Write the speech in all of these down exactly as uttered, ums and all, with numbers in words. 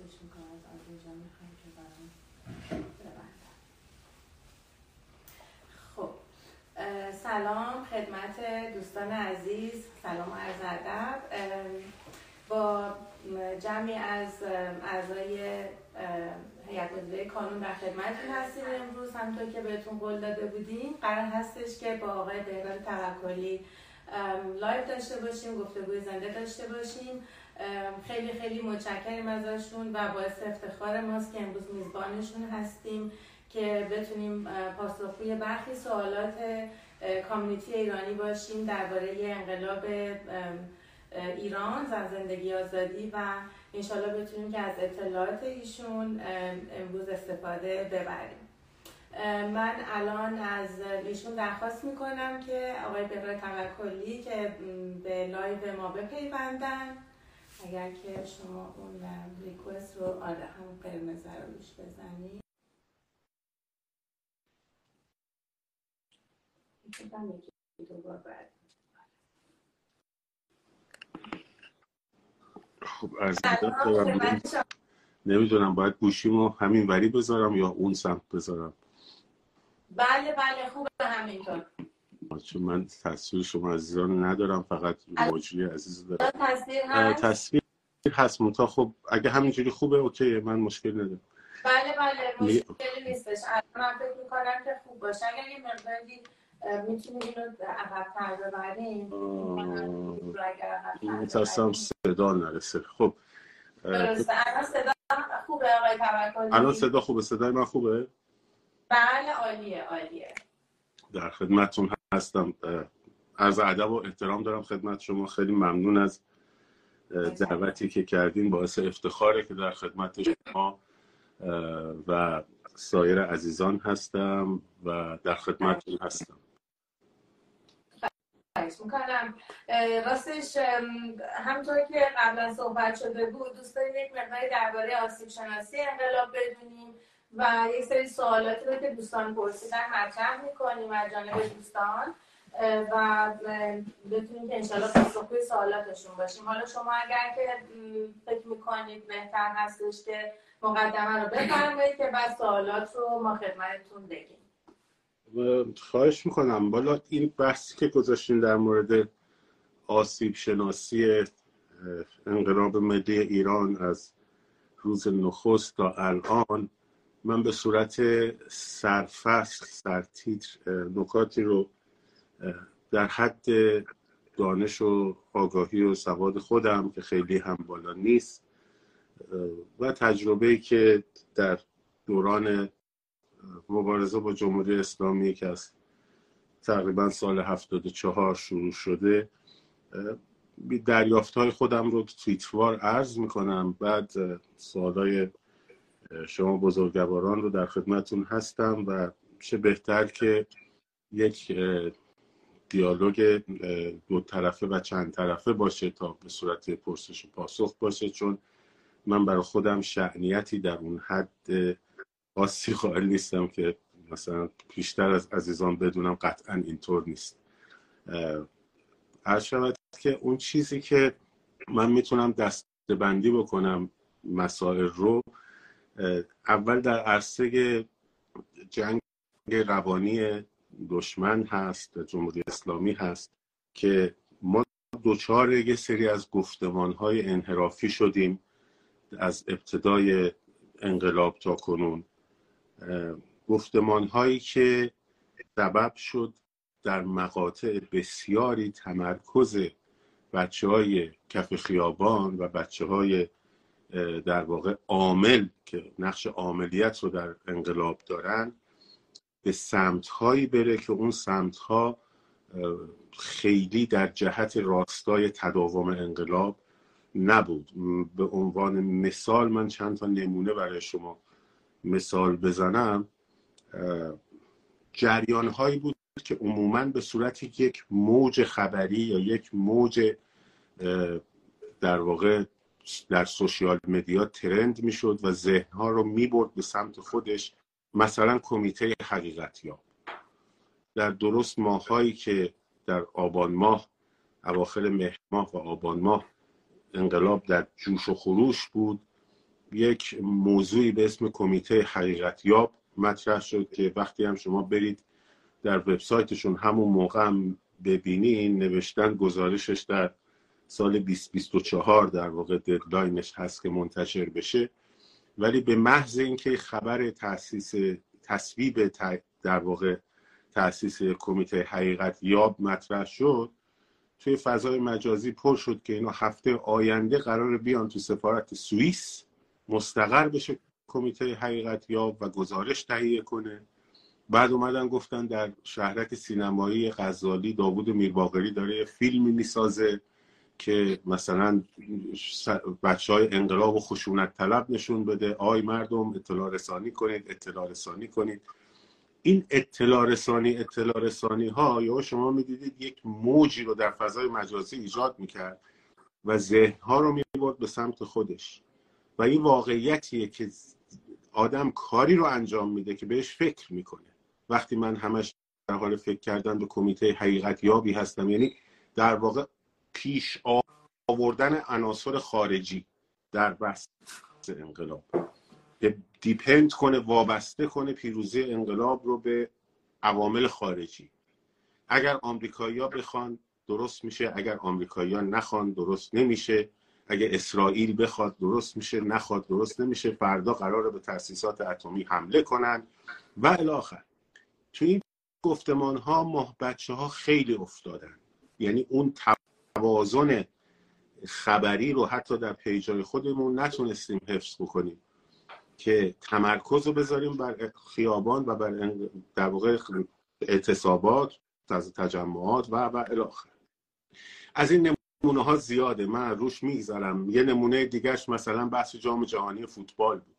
خواهش میکنم از آزی جان، میخوایم که برام ببندم. خب سلام خدمت دوستان عزیز، سلام و عرض ادب. با جمعی از اعضای هیئت مدیره کانون در خدمتتون هستیم. امروز همونطور که بهتون قول داده بودیم قرار هستش که با آقای بهراد توکلی لایو داشته باشیم، گفتگوی زنده داشته باشیم. خیلی خیلی متشکریم ازشون و باعث افتخار ماست که امروز میزبانشون هستیم که بتونیم پاسخگوی برخی سوالات کامیونیتی ایرانی باشیم درباره انقلاب ایران، زن زندگی آزادی و انشالله بتونیم که از اطلاعات ایشون امروز استفاده ببریم. من الان از ایشون درخواست میکنم که آقای بهراد توکلی که به لایو ما بپیوندن. اگر که شما اون ریکوست رو آره همون قرمز رو روش بزنید. خب عرض دارم نمیدونم باید گوشیمو همین وری بذارم یا اون سمت بذارم. بله بله خوبه همینطور. چون من تصویر شما عزیزان ندارم، فقط موجی عزیز دارم. تصویر هست؟ تصویر هست منتها خب اگه همینجوری خوبه اوکیه، من مشکل ندارم. بله بله مشکلی نیستش. الان فکر میکنم که خوب باشه. اگر یه مقداری میتونیم اینو عقب‌تر ببریم. متاسفم صدا نرسه. خب درسته. الان صدا خوبه آقای توکلی؟ الان صدا خوبه. صدای من خوبه؟ بله عالیه عالیه. در خدمتتون هستم. عرض ادب و احترام دارم خدمت شما. خیلی ممنون از دعوتی که کردین، باعث افتخاره که در خدمت شما و سایر عزیزان هستم و در خدمتتون هستم. خواهش میکنم. راستش همونطور که قبلا صحبت شده بود دوست داریم یک مقداری درباره آسیب شناسی انقلاب بدونیم و یک سری سوالاتی رو که دوستان پرسیدن مطرح میکنیم از جانب دوستان و بتونیم که انشالله پاسخگوی سوالاتشون باشیم. حالا شما اگر که فکر میکنید بهتر هستش که مقدمه رو بفرمایید که بعد سوالات رو ما خدمتتون بگیم. خواهش میکنم. بالا این بحثی که گذاشتین در مورد آسیب شناسی انقلاب ملی ایران از روز نخست تا الان، من به صورت سرفصل سرتیتر نکاتی رو در حد دانش و آگاهی و سواد خودم که خیلی هم بالا نیست و تجربه‌ای که در دوران مبارزه با جمهوری اسلامی که از تقریبا سال هفتاد و چهار شروع شده، دریافت‌های خودم رو توییتوار عرض میکنم. بعد سوالای شما بزرگواران رو در خدمتون هستم و چه بهتر که یک دیالوگ دو طرفه و چند طرفه باشه تا به صورت پرسش و پاسخ باشه، چون من برای خودم شأنیتی در اون حد خاصی قائل نیستم که مثلا بیشتر از عزیزان بدونم. قطعا اینطور نیست. عرض شود که اون چیزی که من میتونم دسته‌بندی بکنم مسائل رو، اول در عرصه جنگ روانی دشمن هست، جمهوری اسلامی هست که ما دوچار یه سری از گفتمان‌های انحرافی شدیم از ابتدای انقلاب تا کنون. گفتمان‌هایی که سبب شد در مقاطع بسیاری تمرکز بچه‌های کف خیابان و بچه‌های در واقع عامل که نقش عاملیت رو در انقلاب دارن به سمت‌هایی بره که اون سمت‌ها خیلی در جهت راستای تداوم انقلاب نبود. به عنوان مثال من چند تا نمونه برای شما مثال بزنم. جریان‌هایی بود که عموماً به صورت یک موج خبری یا یک موج در واقع در سوشیال مدیا ترند میشد و ذهن‌ها رو میبرد به سمت خودش. مثلا کمیته حقیقتیاب در درست ماهایی که در آبان ماه، اواخر مهر ماه و آبان ماه انقلاب در جوش و خروش بود، یک موضوعی به اسم کمیته حقیقت یاب مطرح شد که وقتی هم شما برید در وبسایتشون همون موقع هم ببینین، نوشتن گزارشش در سال بیست بیست و چهار در واقع ددلاینش هست که منتشر بشه، ولی به محض اینکه خبر تأسیس تصویب در واقع تأسیس کمیته حقیقت یاب مطرح شد، توی فضای مجازی پر شد که اینا هفته آینده قرار بیان تو سفارت سوئیس مستقر بشه کمیته حقیقت یاب و گزارش تهیه کنه. بعد اومدن گفتن در شهرک سینمایی غزالی داوود میرباقری داره فیلمی میسازه که مثلا بچه های انقلاب و خشونت طلب نشون بده. آی مردم اطلاع رسانی کنید، اطلاع رسانی کنید. این اطلاع رسانی اطلاع رسانی ها یا شما میدیدید یک موجی رو در فضای مجازی ایجاد میکرد و ذهن ها رو میبرد به سمت خودش. و این واقعیتیه که آدم کاری رو انجام میده که بهش فکر میکنه. وقتی من همش در حال فکر کردن به کمیته حقیقت یابی هستم، یعنی در واقع پیش آوردن عناصر خارجی در بحث انقلاب که دیپند کنه، وابسته کنه پیروزی انقلاب رو به عوامل خارجی. اگر آمریکایی‌ها بخوان درست میشه، اگر آمریکایی‌ها نخوان درست نمیشه، اگر اسرائیل بخواد درست میشه، نخواد درست نمیشه. فردا قراره به تأسیسات اتمی حمله کنن و الی آخر. تو این گفتمان ها ما بچه ها خیلی افتادن، یعنی اون توازن خبری رو حتی در پیجای خودمون نتونستیم حفظ بکنیم که تمرکز رو بذاریم بر خیابان و بر در واقع اعتصابات، تجمعات و و الی آخر. از این نمونه ها زیاده، من روش میگذارم. یه نمونه دیگهش مثلا بحث جام جهانی فوتبال بود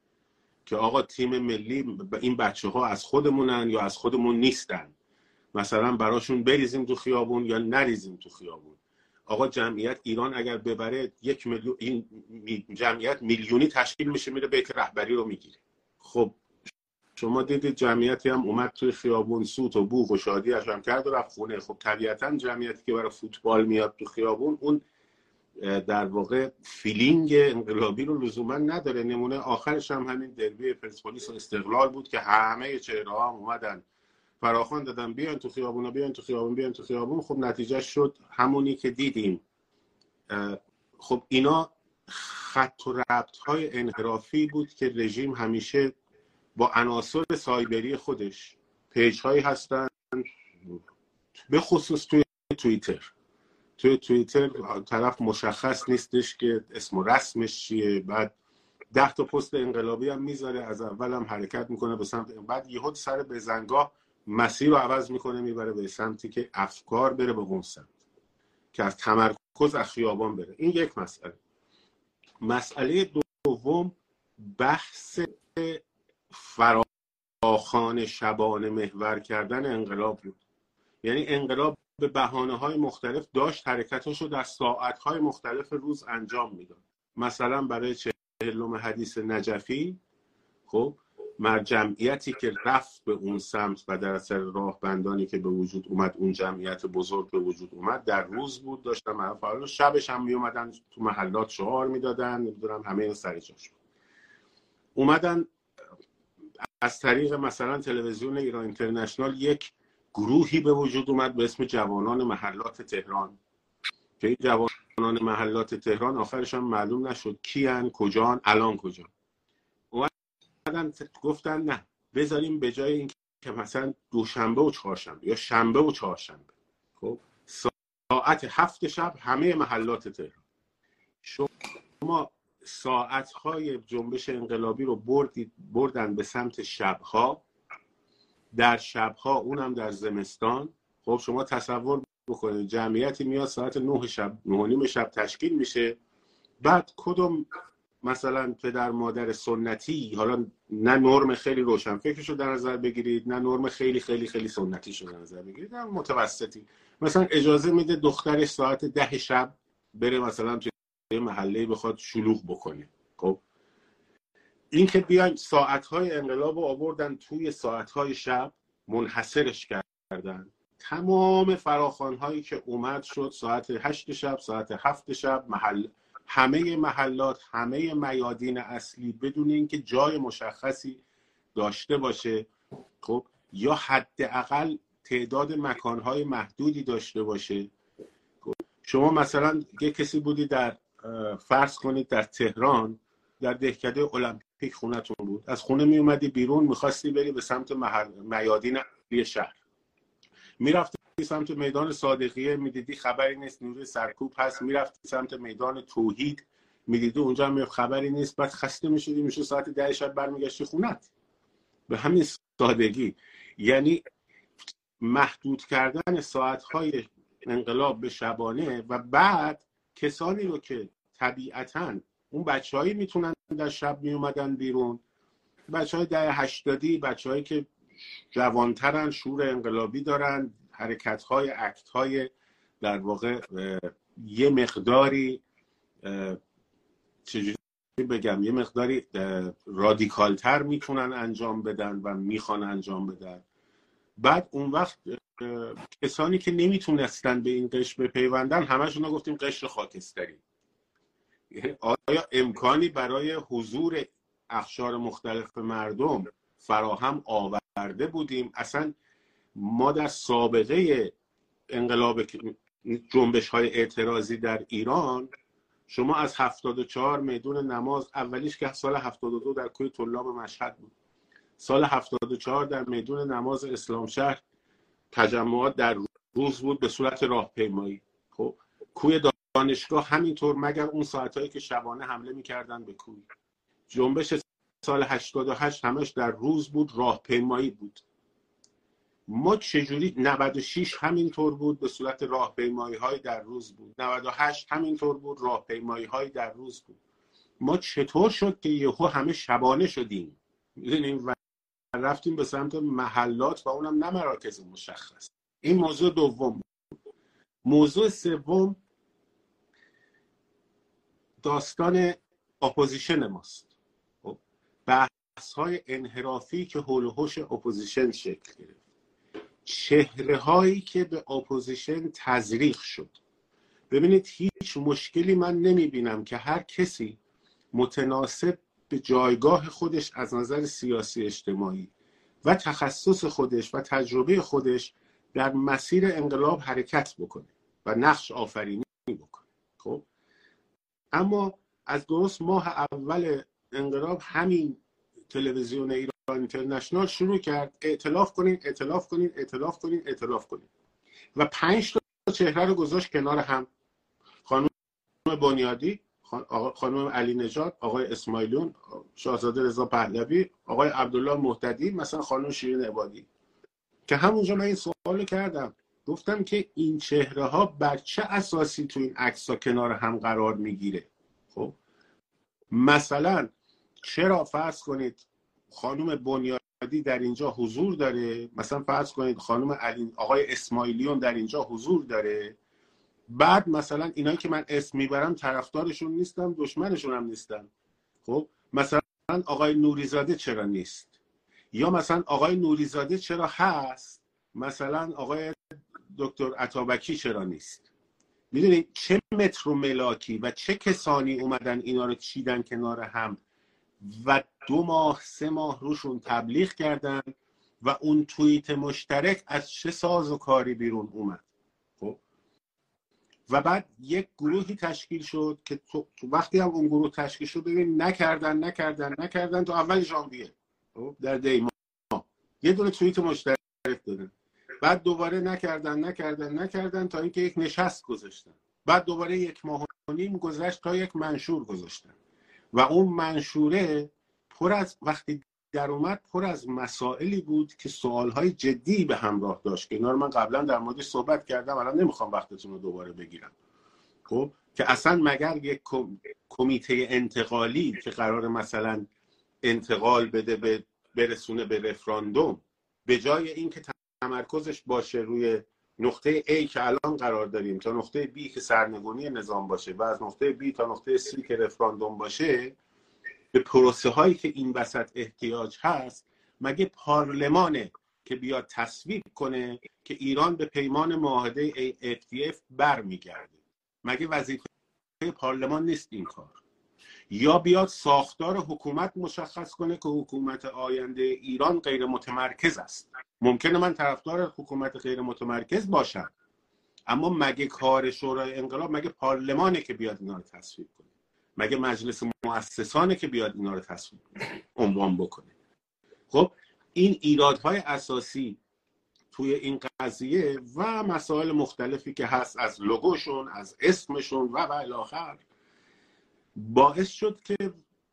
که آقا تیم ملی این بچه ها از خودمونن یا از خودمون نیستن، مثلا براشون بریزیم تو خیابون یا نریزیم تو خیابون. آقا جمعیت ایران اگر ببره یک میلیون، این جمعیت میلیونی تشکیل میشه، میره بیت رهبری رو میگیره. خب شما دیدید جمعیتی هم اومد توی خیابون، سوت و بوق و شادی هم کرد و رفت خونه. خب طبیعتا جمعیتی که برای فوتبال میاد تو خیابون اون در واقع فیلینگ انقلابی رو لزوما نداره. نمونه آخرش هم همین دربی پرسپولیس و استقلال بود که همه چهره‌ها اومدن فراخوان دادن بیان تو خیابون، بیان تو خیابون، بیان تو خیابون. خب نتیجه شد همونی که دیدیم. خب اینا خط و ربط‌های انحرافی بود که رژیم همیشه با عناصر سایبری خودش، پیج‌هایی هستن به خصوص توی توییتر. توی توییتر طرف مشخص نیستش که اسم و رسمش چیه، بعد ده تا پست انقلابی هم میذاره، از اول هم حرکت میکنه به سمت، بعد یهو سر بزنگاه مسیر رو عوض میکنه میبره به سمتی که افکار بره به اون سمت، که از تمرکز از خیابان بره. این یک مسئله. مسئله دوم بحث فراخوان شبانه محور کردن انقلاب بود. یعنی انقلاب به بهانه‌های مختلف داشت حرکتش رو در ساعت‌های مختلف روز انجام میداد. مثلا برای چهلم حدیث نجفی، خب مر جمعیتی که رفت به اون سمت و در اثر راهبندانی که به وجود اومد اون جمعیت بزرگ به وجود اومد، در روز بود، داشتن محفل، شبش هم می اومدن تو محلات شعار میدادن، نمیدونم همه این سر جاش بود. اومدن از طریق مثلا تلویزیون ایران اینترنشنال یک گروهی به وجود اومد به اسم جوانان محلات تهران که این جوانان محلات تهران آخرش هم معلوم نشد کیان، کجان، الان کجا. اومدن گفتن نه، بذاریم به جای این که مثلا دوشنبه و چهارشنبه یا شنبه و چهارشنبه، خب ساعت هفت شب همه محلات تهران. شما ساعتهای جنبش انقلابی رو بردید بردن به سمت شبها، در شبها، اونم در زمستان. خب شما تصور بکنید جمعیتی میاد ساعت نه شب، نه و نیم شب تشکیل میشه، بعد کدوم مثلا پدر مادر سنتی، حالا نه نرم خیلی روشن فکرشو در نظر بگیرید، نه نرم خیلی خیلی خیلی سنتیشو در نظر بگیرید، نه متوسطی، مثلا اجازه میده دخترش ساعت ده شب بره مثلا توی محله بخواد شلوغ بکنه. خب این که بیاین ساعتهای انقلاب رو آوردن توی ساعتهای شب منحصرش کردن، تمام فراخوان‌هایی که اومد شد ساعت هشت شب، ساعت هفت شب، محل همه محلات، همه میادین اصلی بدون اینکه جای مشخصی داشته باشه، خب یا حداقل تعداد مکانهای محدودی داشته باشه. خب شما مثلا یه کسی بودی در فرض کنید در تهران، در دهکده المپیک خونتون بود، از خونه می اومدی بیرون میخواستی بری به سمت محل میادین اصلی شهر، میرفتی سمت میدان صادقیه میدیدی خبری نیست، نیروی سرکوب هست، میرفتی سمت میدان توحید میدیدی اونجا هم خبری نیست، بعد خسته میشدی، میشه ساعت ده شب برمیگشتی خونت. به همین سادگی. یعنی محدود کردن ساعتهای انقلاب به شبانه و بعد کسانی رو که طبیعتاً اون بچه‌هایی میتونن در شب میومدن بیرون، بچه‌های دهه هشتادی، بچه‌هایی که جوانترن، شور انقلابی دارن، حرکت‌های اکت‌های در واقع یه مقداری چجوری بگم یه مقداری رادیکالتر میتونن انجام بدن و میخوان انجام بدن. بعد اون وقت کسانی که نمیتونستن به این قشر بپیوندن همشون رو گفتیم قشر خاکستری. آیا امکانی برای حضور اقشار مختلف مردم فراهم آورده بودیم؟ اصلا ما در سابقه انقلاب جنبش های اعتراضی در ایران، شما از هفتاد و چهار میدون نماز، اولیش که سال هفتاد و دو در کوی طلاب مشهد بود، سال هفتاد و چهار در میدون نماز اسلام شهر تجمعات در روز بود به صورت راهپیمایی. خب کوی دانشگاه همینطور، مگر اون ساعتایی که شبانه حمله میکردن به کوی. جنبش سال هشتاد و هشت همش در روز بود، راهپیمایی بود. ما چجوری نود و شش همینطور بود، به صورت راهپیمایی های در روز بود، نود و هشت همینطور بود، راهپیمایی های در روز بود. ما چطور شد که یهو همه شبانه شدیم؟ میدونیم و رفتیم به سمت محلات و اونم نه مراکز مشخص. این موضوع دوم. موضوع سوم داستان اپوزیشن ماست. بحث های انحرافی که حول و حوش اپوزیشن شکل گرفت، چهره هایی که به اپوزیشن تزریق شد. ببینید هیچ مشکلی من نمی بینم که هر کسی متناسب به جایگاه خودش از نظر سیاسی اجتماعی و تخصص خودش و تجربه خودش در مسیر انقلاب حرکت بکنه و نقش آفرینی بکنه. خب اما از درست ماه اول انقلاب همین تلویزیون ایران اینترنشنال شروع کرد ائتلاف کنین ائتلاف کنین ائتلاف کنین ائتلاف کنین و پنج تا چهره رو گذاشت کنار هم. خانم بنیادی، خانم علی نژاد، آقای اسماعیلیون، شاهزاده رضا پهلوی، آقای عبدالله مهددی، مثلا خانم شیرین عبادی. که همونجا من این سوالو کردم، گفتم که این چهره ها بر چه اساسی تو این عکس‌ها کنار هم قرار میگیره؟ خب مثلا چرا فرض کنید خانم بنیادی در اینجا حضور داره، مثلا فرض کنید خانم علی آقای اسماعیلیون در اینجا حضور داره، بعد مثلا اینایی که من اسم میبرم طرفدارشون نیستم، دشمنشون هم نیستم. خب مثلا آقای نوریزاده چرا نیست؟ یا مثلا آقای نوریزاده چرا هست، مثلا آقای دکتر عطابکی چرا نیست؟ میدونید چه متر و ملاکی و چه کسانی اومدن اینا رو چیدن کنار هم و دو ماه سه ماه روشون تبلیغ کردن و اون توییت مشترک از چه ساز و کاری بیرون اومد. خب و بعد یک گروهی تشکیل شد که تو, تو وقتی هم اون گروه تشکیل شد ببین نکردن نکردن نکردن تو اول ژانویه در دی ماه یه دونه توییت مشترک دادن، بعد دوباره نکردن نکردن نکردن تا اینکه یک نشست گذاشتن، بعد دوباره یک ماه و نیم گذشت تا یک منشور گذاشتن و اون منشوره پر از وقتی در اومد پر از مسائلی بود که سوالهای جدی به همراه داشت که اینا رو من قبلا در موردش صحبت کردم، الان نمیخوام وقتتون رو دوباره بگیرم. خب که اصلا مگر یک کمیته انتقالی که قرار مثلا انتقال بده به برسونه به رفراندوم، به جای اینکه تمرکزش باشه روی نقطه A که الان قرار داریم تا نقطه B که سرنگونی نظام باشه و از نقطه B تا نقطه C که رفراندوم باشه، به پروسه هایی که این وسط احتیاج هست، مگه پارلمانه که بیاد تصویب کنه که ایران به پیمان معاهده اف تی اف برمیگرده؟ مگه وظیفه پارلمان نیست این کار. یا بیاد ساختار حکومت مشخص کنه که حکومت آینده ایران غیر متمرکز است. ممکنه من طرفدار حکومت غیر متمرکز باشم، اما مگه کار شورای انقلاب، مگه پارلمانه که بیاد اینا رو تصویب کنه؟ مگه مجلس مؤسسانه که بیاد اینا رو تصویب کنه، عنوان بکنه؟ خب این ایرادهای اساسی توی این قضیه و مسائل مختلفی که هست، از لوگوشون، از اسمشون و و الی آخر، باعث شد که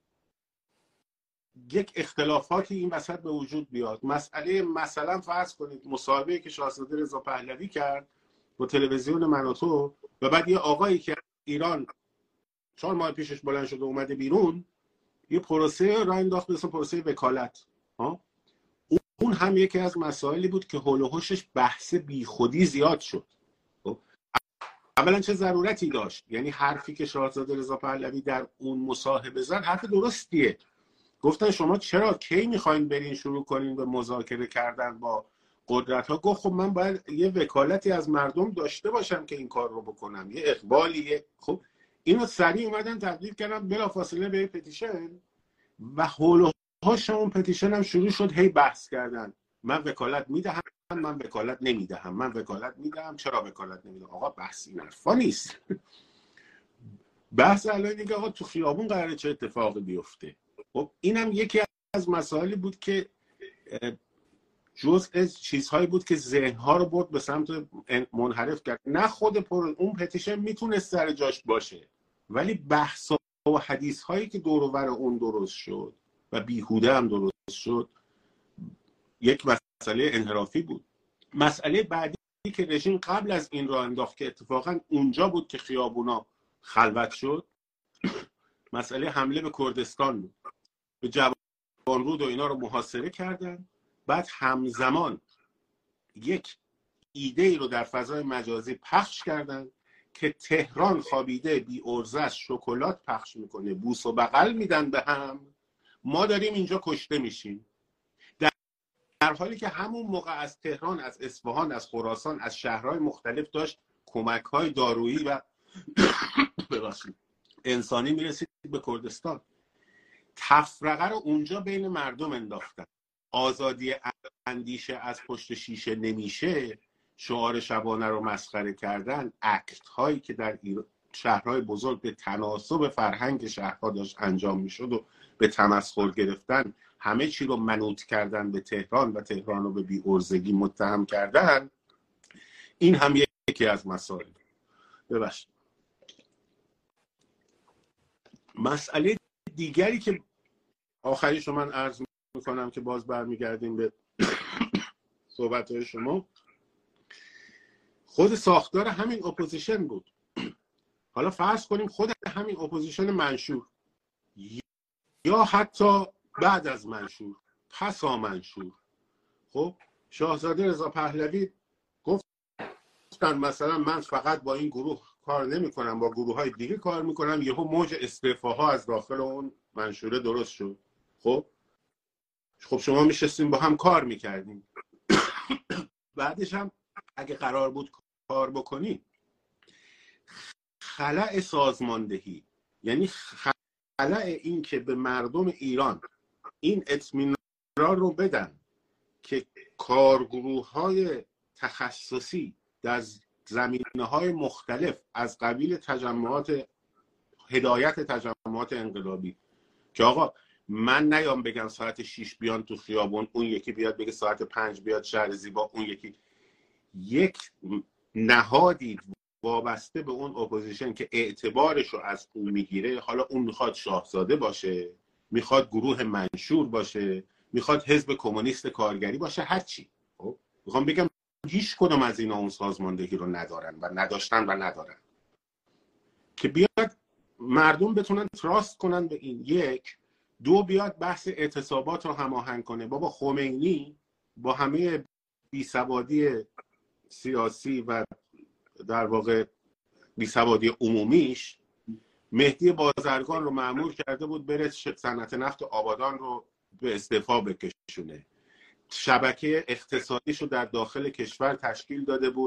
یک اختلافاتی این وسط به وجود بیاد. مسئله مثلا فرض کنید مصاحبه‌ای که شاهزاده رضا پهلوی کرد با تلویزیون من و تو، و بعد یه آقایی که ایران چهار ماه پیشش بلند شده اومده بیرون، یه پروسه را انداخت به اسم پروسه وکالت. ها اون هم یکی از مسائلی بود که هول و هوشش بحث بیخودی زیاد شد. اولا چه ضرورتی داشت؟ یعنی حرفی که شاهزاده رضا پهلوی در اون مصاحبه زد حرف درستیه. گفتن شما چرا کی میخواین برین شروع کنین به مذاکره کردن با قدرت ها؟ گفت خب من باید یه وکالتی از مردم داشته باشم که این کار رو بکنم، یه اقبالیه. خب اینو سریع اومدن تبدیل کردن بلافاصله به پتیشن و هول و هوش اون پتیشن هم شروع شد هی بحث کردن. من وکالت میدهم، من وکالت نمیدهم، من وکالت میدهم، چرا وکالت نمیدهم؟ آقا بحث این حرفا نیست. بحث الان اینه که آقا تو خیابون قراره چه اتفاقی بیفته. خب اینم یکی از مسائلی بود که جزء از چیزهایی بود که ذهنها رو برد به سمت منحرف کرد. نه خود پر اون پتیشن میتونست سر جاش باشه، ولی بحث و حدیث هایی که دور و بر اون درست شد و بیهوده هم درست شد یک مسئله انحرافی بود. مسئله بعدی که رژیم قبل از این راه انداخت که اتفاقا اونجا بود که خیابونا خلوت شد، مسئله حمله به کردستان بود. به جوانرود و اینا رو محاصره کردن، بعد همزمان یک ایده ای رو در فضای مجازی پخش کردن که تهران خوابیده بی ارزش شکلات پخش میکنه، بوس و بغل میدن به هم، ما داریم اینجا کشته میشیم. در در حالی که همون موقع از تهران، از اصفهان، از خراسان، از شهرهای مختلف داشت کمک‌های دارویی و انسانی میرسید به کردستان. تفرقه رو اونجا بین مردم انداختن. آزادی اندیشه از پشت شیشه نمیشه، شعار شبانه رو مسخره کردن، اکت هایی که در شهرهای بزرگ به تناسب فرهنگ شهرها داشت انجام میشد و به تمسخر گرفتن، همه چی رو منوط کردن به تهران و تهران رو به بی ارزگی متهم کردن. این هم یکی از مسائل. ببخشید. مسئله دیگری که آخریش رو من عرض میکنم که باز برمیگردیم به صحبت‌های شما، خود ساختار همین اپوزیشن بود. حالا فرض کنیم خود همین اپوزیشن منشور یا حتی بعد از منشور، پسا منشور. خب شاهزاده رضا پهلوی گفتن مثلا من فقط با این گروه کار نمی کنم، با گروه های دیگه کار میکنم. یهو موج استعفاها از داخل اون منشوره درست شد. خب خب شما میشستیم با هم کار میکردیم. بعدش هم اگه قرار بود کار بکنی، خلأ سازماندهی، یعنی خلأ این که به مردم ایران این اطمینان رو بدن که کارگروه های تخصصی در زمینه‌های مختلف از قبیل تجمعات هدایت تجمعات انقلابی، که آقا من نیام بگم ساعت شیش بیان تو خیابون، اون یکی بیاد بگه ساعت پنج بیاد شهر زیبا، اون یکی، یک نهادی وابسته به اون اپوزیشن که اعتبارش رو از اون میگیره. حالا اون میخواد شاهزاده باشه، میخواد گروه منشور باشه، میخواد حزب کمونیست کارگری باشه، هر چی. خب میخوام بگم هیچ کدوم از اینا اون سازماندهی رو ندارن و نداشتن و ندارن که بیاد مردم بتونن تراست کنن به این. یک دو بیاد بحث اعتصابات رو هماهنگ کنه. بابا خمینی با همه بیسوادی سیاسی و در واقع بیسوادی عمومیش، مهدی بازرگان رو مأمور کرده بود بره صنعت نفت آبادان رو به استعفا بکشونه. شبکه اقتصادیش رو در داخل کشور تشکیل داده بود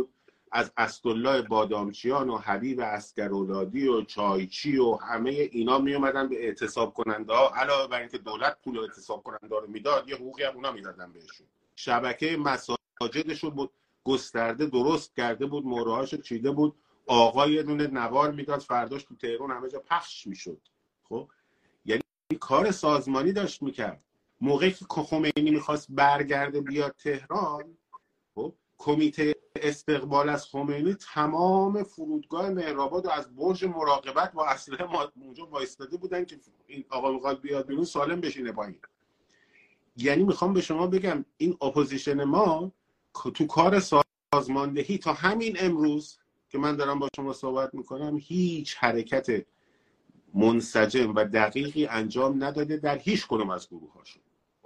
از اسدالله بادامچیان و حبیب عسکرولادی و چایچی و همه اینا می اومدن به اعتصاب کننده ها، علاوه بر اینکه دولت پول اعتصاب کننده رو میداد یه حقوقی هم اونا میدادن بهشون. شبکه مساجدش رو بود گسترده درست کرده بود، مهرهاشو چیده بود، آقا یه دونه نوار میداد فرداش تو تهران همه جا پخش میشد. خب یعنی کار سازمانی داشت میکرد. موقعی که خمینی میخواست برگرده بیاد تهران، خب کمیته استقبال از خمینی تمام فرودگاه مهرآباد و از برج مراقبت با اسلحه ما اونجا وایستاده بودن که این آقا میخواد بیاد بیرون سالم بشینه پایین. یعنی میخوام به شما بگم این اپوزیشن ما تو کار سازماندهی تا همین امروز که من دارم با شما صحبت میکنم هیچ حرکت منسجم و دقیقی انجام نداده در هیچ کدوم از گروه‌هاشون.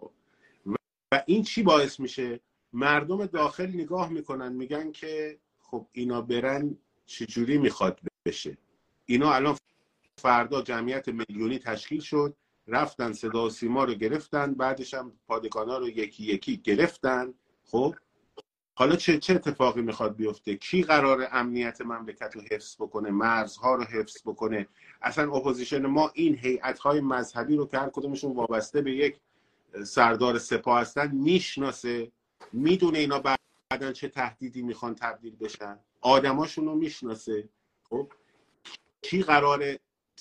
و این چی باعث میشه؟ مردم داخل نگاه میکنن میگن که خب اینا برن چجوری میخواد بشه؟ اینا الان فردا جمعیت میلیونی تشکیل شد، رفتن صدا و سیما رو گرفتن، بعدش هم پادگانا رو یکی یکی گرفتن. خب حالا چه چه اتفاقی میخواد بیفته؟ کی قرار امنیت مملکت رو حفظ بکنه، مرزها رو حفظ بکنه؟ اصلا اپوزیشن ما این هیئت‌های مذهبی رو که هر کدومشون وابسته به یک سردار سپاه هستن میشناسه، میدونه اینا بعدن چه تهدیدی میخوان تبدیل بشن، آدماشون رو میشناسه. خب کی قراره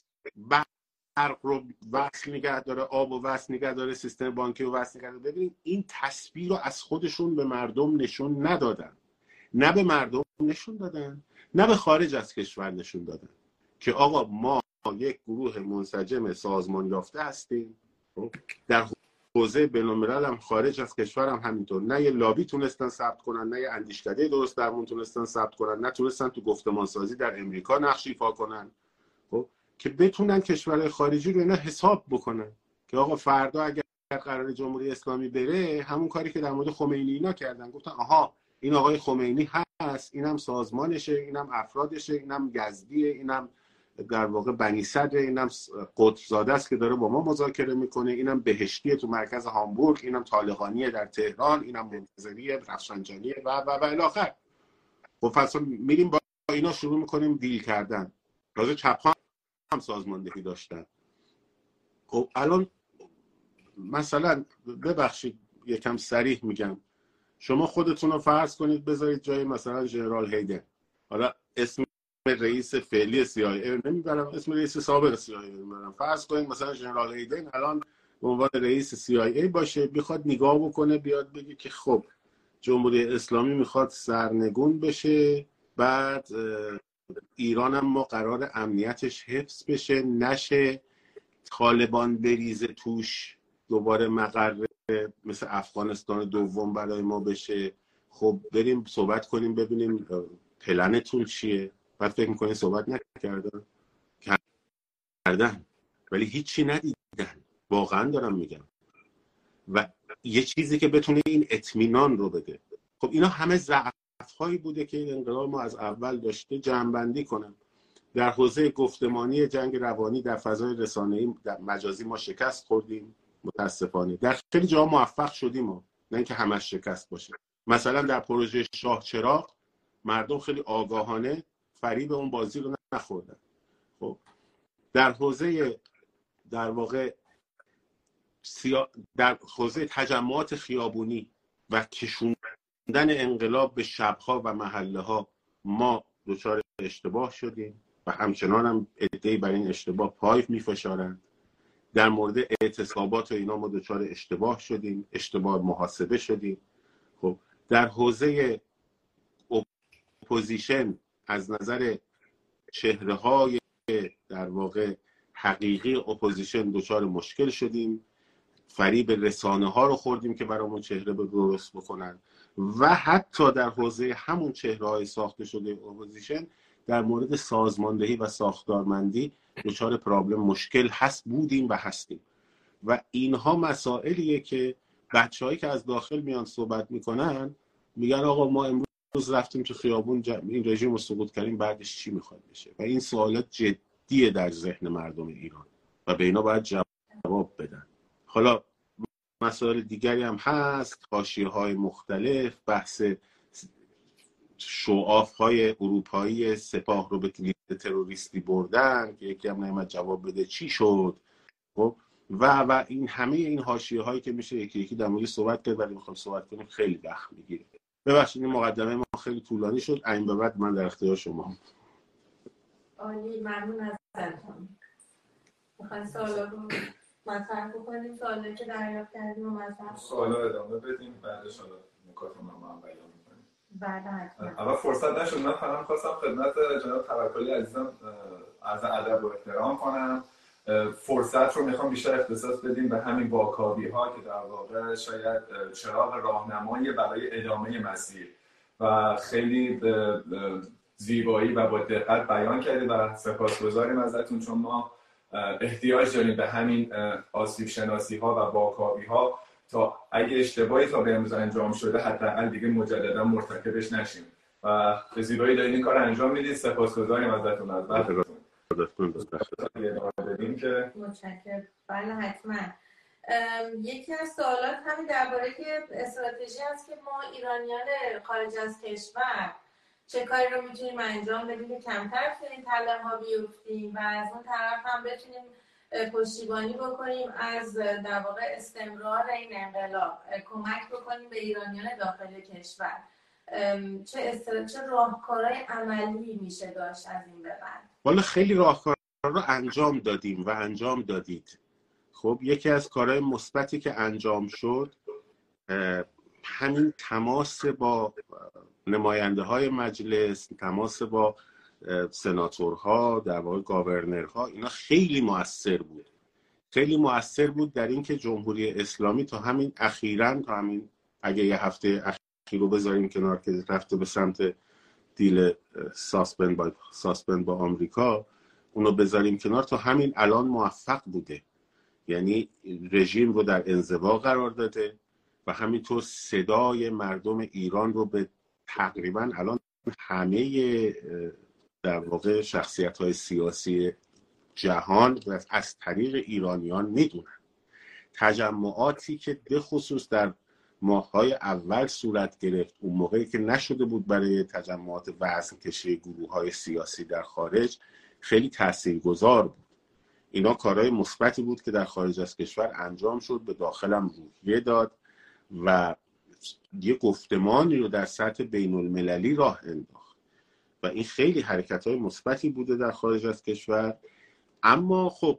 برق رو وصل نگه داره، آب و وصل نگه داره، سیستم بانکی رو وصل نگه داره؟ ببینید این تصویر رو از خودشون به مردم نشون ندادن، نه به مردم نشون دادن نه به خارج از کشور نشون دادن که آقا ما یک گروه منسجم سازمان یافته هستیم. در حوزه بین‌الملل هم خارج از کشور هم همینطور، نه یه لابی تونستن ثبت کنن، نه یه اندیشکده درست درمون تونستن ثبت کنن، نه تونستن تو گفتمان سازی در امریکا نقش ایفا کنن. خب که بتونن کشورهای خارجی رو اینا حساب بکنن که آقا فردا اگر قرار جمهوری اسلامی بره همون کاری که در مورد خمینی اینا کردن، گفتن آها این آقای خمینی هست، اینم سازمانشه، اینم افرادشه، اینم یزدیه، اینم در واقع بنی صدر، اینم قطب‌زاده است که داره با ما مذاکره میکنه، اینم بهشتیه تو مرکز هامبورگ، اینم طالقانیه در تهران، اینم منتظریه رفسنجانیه و و و الی آخر. خب پس میریم با اینا شروع میکنیم دیل کردن. تازه چپ‌ها هم سازماندهی داشتن. خب الان مثلا ببخشید یکم صریح میگم، شما خودتون رو فرض کنید بذارید جای مثلا ژنرال هیدن. حالا اسم رئیس فعلی سی آی ای نمیبرم، اسم رئیس سابق سی آی ای نمیبرم. فرض کنید مثلا ژنرال هیدن الان به عنوان رئیس سی آی ای باشه، بخواد نگاه بکنه بیاد بگه که خب جمهوری اسلامی میخواد سرنگون بشه، بعد ایران هم ما قرار امنیتش حفظ بشه، نشه طالبان بریزه توش دوباره مقر مثل افغانستان دوم برای ما بشه. خب بریم صحبت کنیم ببینیم پلنتون چیه. بعد فکر میکنین صحبت نکردن؟ کردن ولی هیچی ندیدن. واقعا دارم میگم. و یه چیزی که بتونه این اطمینان رو بده. خب اینا همه ضعف‌هایی بوده که این انقلاب ما از اول داشته. جمع‌بندی کنم در حوزه گفتمانی جنگ روانی در فضای رسانه‌ای در مجازی ما شکست خوردیم متاسفانه. در خیلی جاها موفق شدیم ما، نه اینکه همش شکست باشه. مثلا در پروژه شاه چراغ مردم خیلی آگاهانه فریب اون بازی رو نخوردن. خب در حوزه در واقع سیا... در حوزه تجمعات خیابونی و کشوندن انقلاب به شبها و محله ها ما دچار اشتباه شدیم و همچنان هم عده‌ای برای این اشتباه پای میفشارند. در مورد اعتصابات و اینا ما دچار اشتباه شدیم، اشتباه محاسبه شدیم. خب در حوزه اپوزیشن از نظر چهره های در واقع حقیقی اپوزیشن دچار مشکل شدیم، فریب رسانه ها رو خوردیم که برامون چهره به درست بکنن و حتی در حوزه همون چهره های ساخته شده اپوزیشن در مورد سازماندهی و ساختارمندی دچار پرابلم مشکل هست بودیم و هستیم. و اینها مسائلیه که بچه‌هایی که از داخل میان صحبت میکنن میگن آقا ما امروز رفتیم تو خیابون این رژیم رو سقوط کردیم، بعدش چی میخواد بشه؟ و این سوالات جدیه در ذهن مردم ایران و به اینا باید جواب بدن. حالا مسائل دیگری هم هست، حاشیه‌های مختلف، بحث شوآف های اروپایی سپاه رو به لیست تروریستی بردن که یکی هم نمیاد جواب بده چی شد. خب و و این همه این حاشیه هایی که میشه یکی یکی در موردش صحبت کرد، ولی میخوام صحبت کنیم خیلی وقت میگیره. ببخشید این مقدمه ما خیلی طولانی شد. این به بعد من در اختیار شما. عالی، ممنون ازتون. میخواین سوالا رو مطرح بکنیم، سوالی که دریافت کردیم و مطرح سوالا ادامه بدیم، بعدش حالا نکات ما هم بیان می‌کنیم. بله حتما. اول فرصت نشد، من فقط خواستم خدمت جناب توکلی عزیزم از ادب و احترام کنم. فرصت رو میخوام بیشتر اختصاص بدیم به همین واکاوی ها که در واقع شاید چراغ راهنمایی برای ادامه مسیر و خیلی زیبایی و با دقت بیان کردید و سپاسگزاریم ازتون، چون ما احتیاج داریم به همین آسیب شناسی ها و واکاوی ها تا اگه اشتباهی تا به امروز انجام شده حداقل دیگه مجددا مرتکبش نشیم و به زیبایی دارید این کار انجام میدید. سپاسگزاریم ازتون. از وقتتون که متشکرم. بله حتما. یکی از سوالات همین درباره که استراتژی هست که ما ایرانیان خارج از کشور چه کاری رو میتونیم انجام بدیم که کمتر تو این تله ها بیفتیم و از اون طرف هم بتونیم پشتیبانی بکنیم از در واقع استمرار این انقلاب، کمک بکنیم به ایرانیان داخل کشور. چه استر... چه راهکارهای عملی میشه داشت از این به بعد؟ والا خیلی راهکارها رو انجام دادیم و انجام دادید. خب یکی از کارهای مثبتی که انجام شد همین تماس با نماینده های مجلس، تماس با سناتورها، در واقع گاورنرها، اینا خیلی مؤثر بود. خیلی مؤثر بود در این که جمهوری اسلامی تا همین اخیراً، تا همین اگه یه هفته اخیر رو بذاریم کنار که رفته به سمت دیل ساسپند با ساسپند با آمریکا، اونو بذاریم کنار، تا همین الان موفق بوده. یعنی رژیم رو در انزوا قرار داده و همینطور صدای مردم ایران رو به تقریبا الان همه در واقع شخصیت‌های سیاسی جهان از طریق ایرانیان میدونن. تجمعاتی که به خصوص در ماه‌های اول صورت گرفت، اون موقعی که نشده بود برای تجمعات وزن کشی گروه‌های سیاسی در خارج، خیلی تاثیرگذار بود. اینا کارهای مثبتی بود که در خارج از کشور انجام شد، به داخلم روحیه داد و یه گفتمانی رو در سطح بین المللی راه انداخت و این خیلی حرکت‌های مثبتی بوده در خارج از کشور. اما خب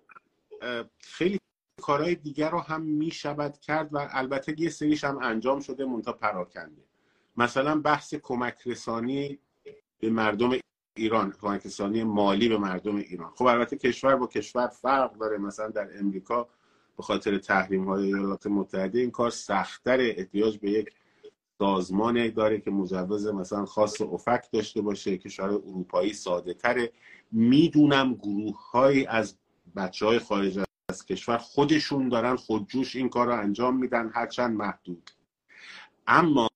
خیلی کارهای دیگر رو هم میشود کرد و البته یه سریش هم انجام شده منتها پراکنده. مثلا بحث کمک رسانی به مردم ایران، کمک رسانی مالی به مردم ایران. خب البته کشور با کشور فرق داره. مثلا در امریکا به خاطر تحریم‌های ایالات متحده این کار سخت‌تره، احتیاج به یک سازمانی داره که مجوز مثلا خاص افک داشته باشه. کشور اروپایی ساده تره. میدونم گروه‌هایی از بچه‌های خارج از کشور خودشون دارن خودجوش این کار رو انجام میدن، هرچند محدود. اما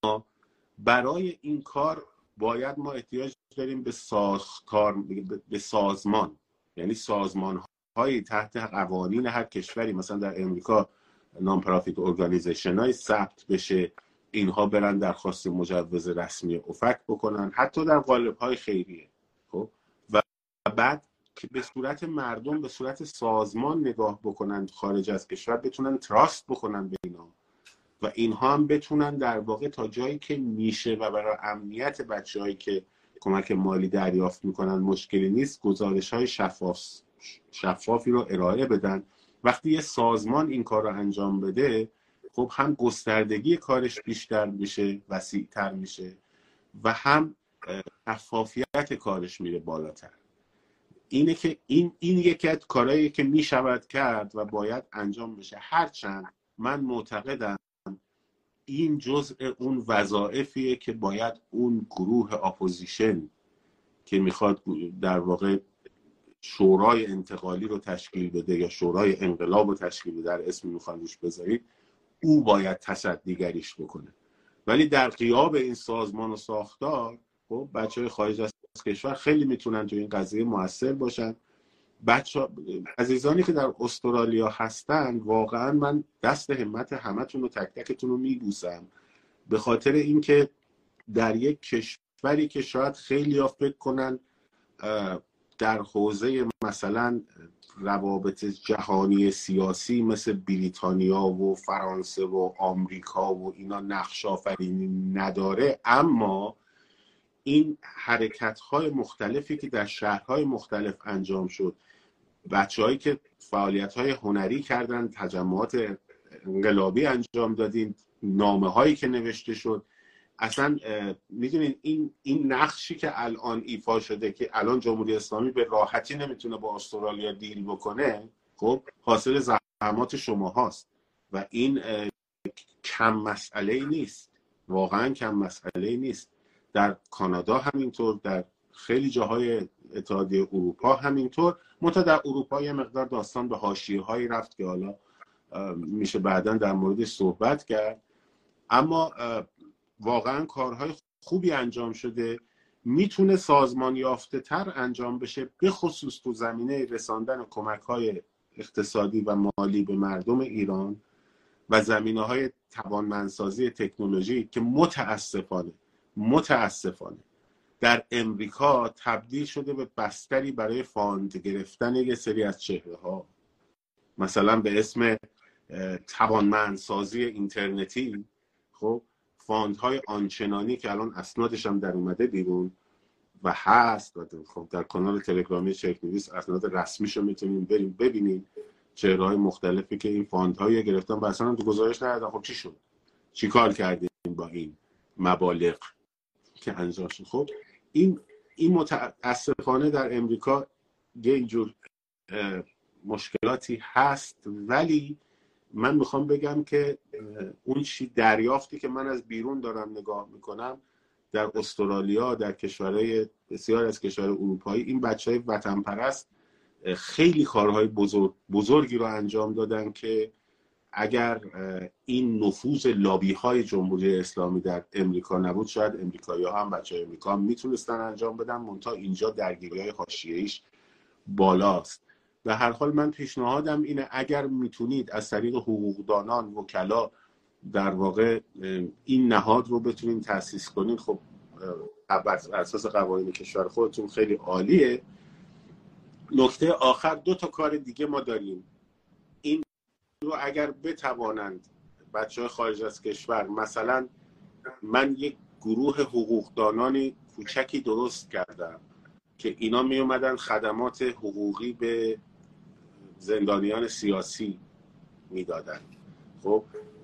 برای این کار باید ما احتیاج داریم به سازکار، به سازمان، یعنی سازمان‌های تحت قوانین هر کشوری. مثلا در امریکا نان پرافیت ارگانیزیشن های ثبت بشه، اینها برن درخواست مجوز رسمی افک بکنن، حتی در قالب‌های خیریه. خب و بعد که به صورت مردم، به صورت سازمان نگاه بکنن خارج از کشور، بتونن تراست بکنن به اینا و اینها هم بتونن در واقع تا جایی که میشه و برای امنیت بچه‌هایی که کمک مالی دریافت میکنن مشکلی نیست، گزارش‌های شفاف شفافی رو ارائه بدن. وقتی یه سازمان این کار رو انجام بده، خب هم گستردگی کارش بیشتر میشه، وسیع‌تر میشه و هم شفافیت کارش میره بالاتر. اینه که این این یکی از کارهایی که میشود کرد و باید انجام بشه. هرچند من معتقدم این جزء اون وظایفیه که باید اون گروه اپوزیشن که میخواد در واقع شورای انتقالی رو تشکیل بده یا شورای انقلاب رو تشکیل بده، در اسم میخوان روش بذارید، او باید تصدیگریش بکنه. ولی در غیاب این سازمان و ساختار، خب بچهای خارج از کشور خیلی میتونن تو این قضیه موثر باشن. بچه عزیزانی که در استرالیا هستن، واقعا من دست همت همتون رو تک تکتون رو میبوسم، به خاطر اینکه در یک کشور کشوری که شاید خیلی ها فکر کنن در حوزه مثلا روابط جهانی سیاسی مثل بریتانیا و فرانسه و آمریکا و اینا نقش آفرینی نداره، اما این حرکت‌های مختلفی که در شهرهای مختلف انجام شد، بچه‌هایی که فعالیت‌های هنری کردن، تجمعات انقلابی انجام دادین، نامه‌هایی که نوشته شد، اصلا میدونین این این نقشی که الان ایفا شده که الان جمهوری اسلامی به راحتی نمیتونه با استرالیا دیل بکنه، خب حاصل زحمات شما هاست و این کم مسئله نیست، واقعا کم مسئله نیست. در کانادا همینطور، در خیلی جاهای اتحادیه اروپا همینطور. منتها در اروپا یه مقدار داستان به حاشیه‌هایی رفت که حالا میشه بعداً در موردش صحبت کرد، اما واقعا کارهای خوبی انجام شده، میتونه سازمان یافته تر انجام بشه، به خصوص تو زمینه رساندن کمک‌های اقتصادی و مالی به مردم ایران و زمینه‌های توانمندسازی تکنولوژی که متاسفانه متاسفانه در امریکا تبدیل شده به بستری برای فاند گرفتن یه سری از چهره‌ها، مثلا به اسم توانمندسازی اینترنتی. خب فاندهای آنچنانی که الان اسنادش هم در اومده بیرون و هست و خب در کانال تلگرامی چرک‌نویس اسناد رسمیشو میتونیم بریم ببینیم، چهره‌های مختلفی که این فاندهای گرفتن و اصلا تو گزارش ندادن. خب چی شد؟ چی کار کردیم با این مبالغ که انجام شد؟ خب این این متاسفانه در امریکا یه اینجور مشکلاتی هست، ولی من میخوام بگم که اون چی دریافتی که من از بیرون دارم نگاه میکنم در استرالیا، در کشورهای بسیار از کشورهای اروپایی، این بچهای وطن پرست خیلی کارهای بزرگ بزرگی رو انجام دادن که اگر این نفوذ لابی های جمهوری اسلامی در امریکا نبود، شاید امریکایی ها هم بچه های امریکا هم میتونستن انجام بدن، منتها اینجا درگیری های حاشیه‌ایش بالاست. به هر حال من پیشنهادم اینه اگر میتونید از طریق حقوقدانان، وکلا در واقع این نهاد رو بتونین تأسیس کنین، خب بر اساس قوانین کشور خودتون خیلی عالیه. نکته آخر، دو تا کار دیگه ما داریم. این رو اگر بتوانند بچه های خارج از کشور، مثلا من یک گروه حقوقدانانی کوچکی درست کردم که اینا می اومدن خدمات حقوقی به زندانیان سیاسی میدادن. خب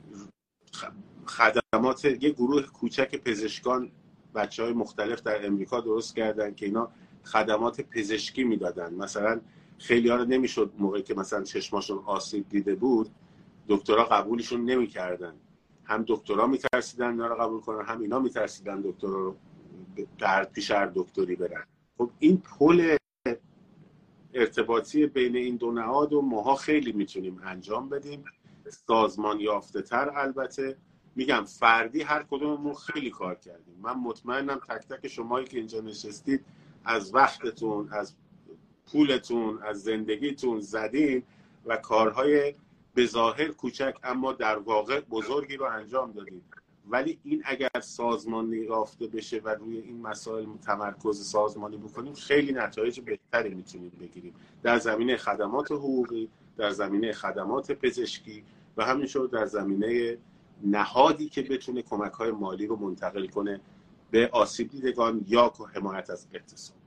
خدمات، یک گروه کوچک پزشکان بچه های مختلف در امریکا درست کردن که اینا خدمات پزشکی میدادن. مثلا خیلی ها رو نمیشد موقعی که مثلا چشماشون آسیب دیده بود دکترها قبولشون نمیکردن، هم دکترها میترسیدن اینا رو قبول کنن، هم اینا میترسیدن دکترها رو در پیش هر دکتری برن. خب این پل ارتباطی بین این دو نهاد و ماها خیلی میتونیم انجام بدیم، سازمان یافته تر. البته میگم فردی هر کدوممون خیلی کار کردیم، من مطمئنم تک تک شمایی که اینجا نشستید از وقتتون، از پولتون، از زندگیتون زدین و کارهای به ظاهر کوچک اما در واقع بزرگی رو انجام دادید. ولی این اگر سازمانی یافته بشه و روی این مسائل تمرکز سازمانی بکنیم خیلی نتایج بهتری میتونیم بگیریم در زمینه خدمات حقوقی، در زمینه خدمات پزشکی و همینطور در زمینه نهادی که بتونه کمک‌های مالی رو منتقل کنه به آسیب دیدگان یا حمایت از اقتصاد.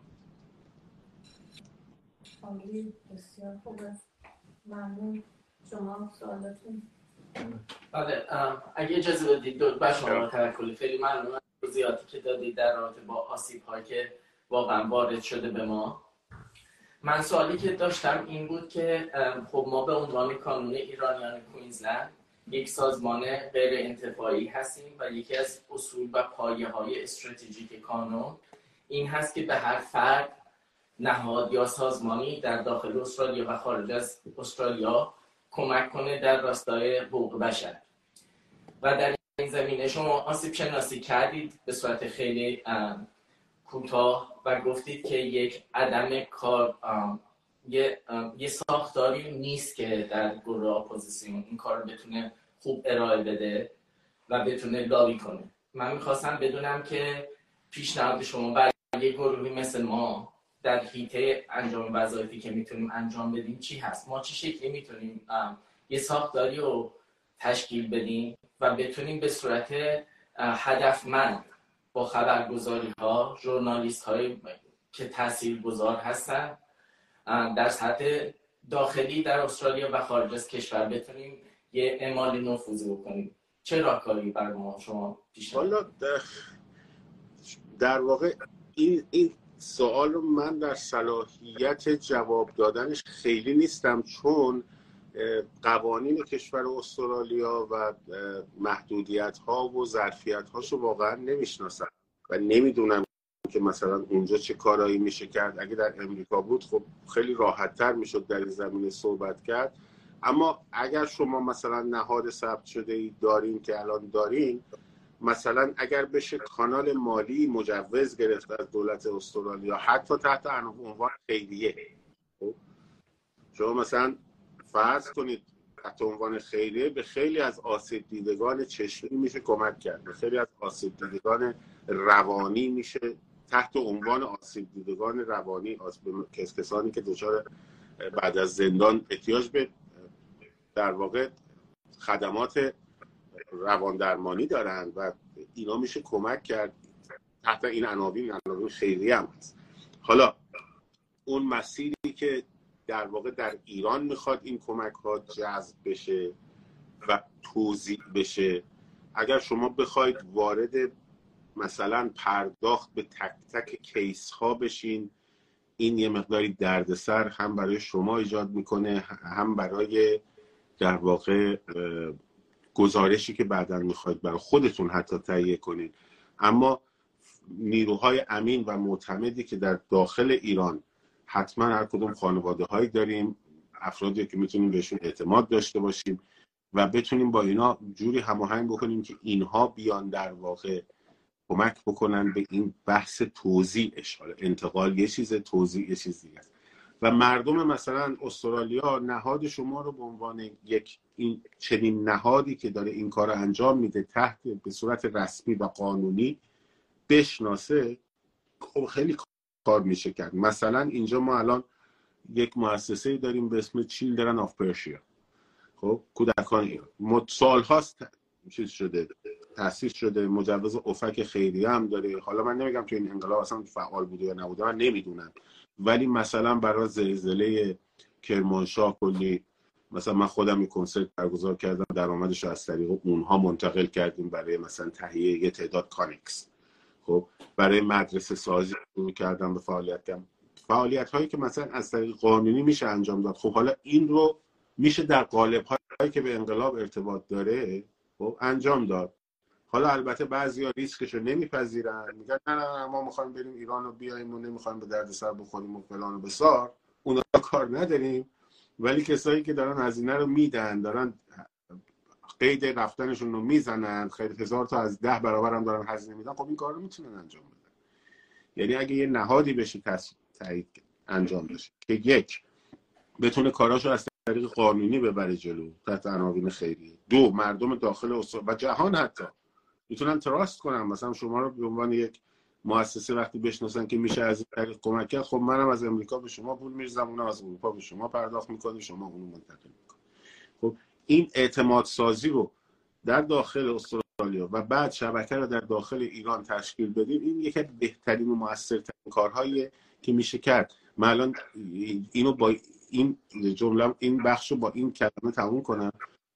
عالی، بسیار خوب است. ممنون. شما سوالاتون؟ بله، اگه اجازه بدید دو بر شما توکلی خیلی ممنون از توضیحاتی که دادید در رابطه با آسیب‌هایی که واقعا وارد شده به ما. من سوالی که داشتم این بود که خب ما به عنوان کانون ایرانیان کوینزلند یک سازمان غیر انتفاعی هستیم و یکی از اصول و پایه‌های استراتژیک کانون این هست که به هر فرد، نهاد یا سازمانی در داخل استرالیا و خارج از استرالیا کمک کنه در راستای حقوق بشر. و در این زمینه شما آسیب شناسی کردید به صورت خیلی کوتاه و گفتید که یک عدم کار یه, یه ساختاری نیست که در گروه اپوزیسیون این کار بتونه خوب ارائه بده و بتونه لابی کنه. من میخواستم بدونم که پیشنهاد شما برای یک گروهی مثل ما در حیطه انجام وظایفی که میتونیم انجام بدیم چی هست؟ ما چه شکلی میتونیم یه ساختاری رو تشکیل بدیم و بتونیم به صورت هدفمند با خبرگزاری ها، ژورنالیست های که تاثیرگذار هستن در سطح داخلی در استرالیا و خارج از کشور بتونیم یه اعمال نفوذی بکنیم. چه راهکاری برای ما شما پیشنهاد؟ والا در, در واقع این این سوال رو من در صلاحیت جواب دادنش خیلی نیستم، چون قوانین کشور استرالیا و محدودیت ها و ظرفیت هاشو واقعا نمیشناسم و نمیدونم که مثلا اونجا چه کارایی میشه کرد. اگه در امریکا بود خب خیلی راحت تر میشد در این زمینه صحبت کرد. اما اگر شما مثلا نهاد ثبت شده ای دارین که الان دارین، مثلا اگر بشه کانال مالی مجوز گرفت از دولت استرالیا حتی تحت عنوان خیریه، خب شما مثلا فرض کنید تحت عنوان خیریه به خیلی از آسیب دیدگان چشمی میشه کمک کرد، به خیلی از آسیب دیدگان روانی میشه تحت عنوان آسیب دیدگان روانی، کسانی که دچار بعد از زندان احتیاج به در واقع خدمات روان درمانی دارن و اینا میشه کمک کرد تحت این عناوین. عناوین خیریه هم هست. حالا اون مسیری که در واقع در ایران میخواد این کمک ها جذب بشه و توزیع بشه، اگر شما بخواید وارد مثلا پرداخت به تک تک کیس ها بشین، این یه مقداری دردسر هم برای شما ایجاد میکنه، هم برای در واقع گزارشی که بعداً میخواید برای خودتون حتی تهیه کنید. اما نیروهای امین و معتمدی که در داخل ایران حتما هر کدوم خانواده هایی داریم، افرادی که میتونیم بهشون اعتماد داشته باشیم و بتونیم با اینا جوری هماهنگ بکنیم که اینها بیان در واقع کمک بکنن به این بحث توزیعش. حالا انتقال یه چیز، توزیع یه چیز دیگه است. و مردم مثلا استرالیا نهاد شما رو به عنوان یک این چنین نهادی که داره این کار رو انجام میده تحت به صورت رسمی و قانونی بشناسه، خب خیلی کار میشه کرد. مثلا اینجا ما الان یک مؤسسه داریم به اسم چیلدرن آف پرشیا، خب کودکان ایران، سال هاست چیز شده، تأسیس شده، مجوز افک خیریه هم داره. حالا من نمیگم تو این انقلاب اصلا فعال بوده یا نبوده، من نمیدونم، ولی مثلا برای زلزله کرمانشاه کلی، مثلا من خودم این کنسرت برگزار کردم، درآمدش رو از طریق اونها منتقل کردیم برای مثلا تهیه یه تعداد کانکس. خب برای مدرسه سازی شروع کردم به فعالیت کردم، فعالیت هایی که مثلا از طریق قانونی میشه انجام داد. خب حالا این رو میشه در قالب هایی که به انقلاب ارتباط داره خب انجام داد. حالا البته بعضیا ریسکش رو نمیپذیرن، میگن نه نه ما میخوایم بریم ایران رو بیایم و نمیخوایم به دردسر بخوریم و فلان و بسار، اونا کار نداریم. ولی کسایی که دارن هزینه رو میدن، دارن قید رفتنشون رو میزنن، خیلی هزار تا از ده برابر هم دارن هزینه میدن، خب این کار رو میتونن انجام بدن. یعنی اگه یه نهادی بشه تایید انجام بشه که یک بتونه کاراشو از طریق قانونی ببره جلو تحت عناوین خیریه، دو مردم داخل استرالیا و جهان حتی میتونن تراست کنن مثلا شما رو به عنوان یک مؤسسه وقتی بشناسن که میشه از این طریق کمک کرد، خب منم از امریکا به شما پول میریزم، اونم از اروپا به شما پرداخت میکنه، شما اونو منتقل میکنه. خب این اعتماد سازی رو در داخل استرالیا و بعد شبکه رو در داخل ایران تشکیل بدیم، این یکی از بهترین و موثرترین کارهایی که میشه کرد. من الان اینو با این جمله این بخشو با این کلمه تموم کنم،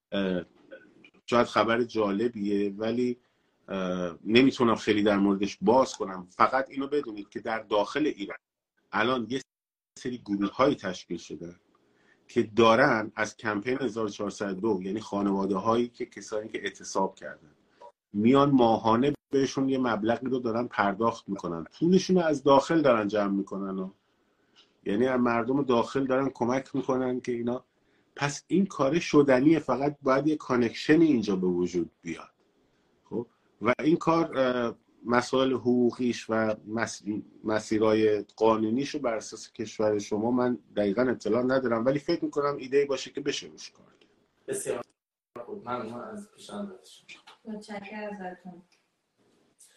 شاید خبر جالبیه ولی نمیتونم خیلی در موردش باز کنم. فقط اینو بدونید که در داخل ایران الان یه سری گروه‌های تشکیل شده که دارن از کمپین هزار و چهارصد و دو، یعنی خانواده هایی که کسانی که اعتصاب کردن میان ماهانه بهشون یه مبلغی رو دارن پرداخت میکنن، پولشون رو از داخل دارن جمع میکنن و یعنی از مردم داخل دارن کمک میکنن که اینا. پس این کار شدنیه، فقط باید یه کانکشنی اینجا به وجود بیاد. خب و این کار مسائل حقوقیش و مسیرهای قانونیش رو بر اساس کشور شما من دقیقاً اطلاع ندارم، ولی فکر میکنم ایده‌ای باشه که بشه روش کار کرد. بسیار خوب، ممنون از پیشنهادتون. متشکرم ازتون.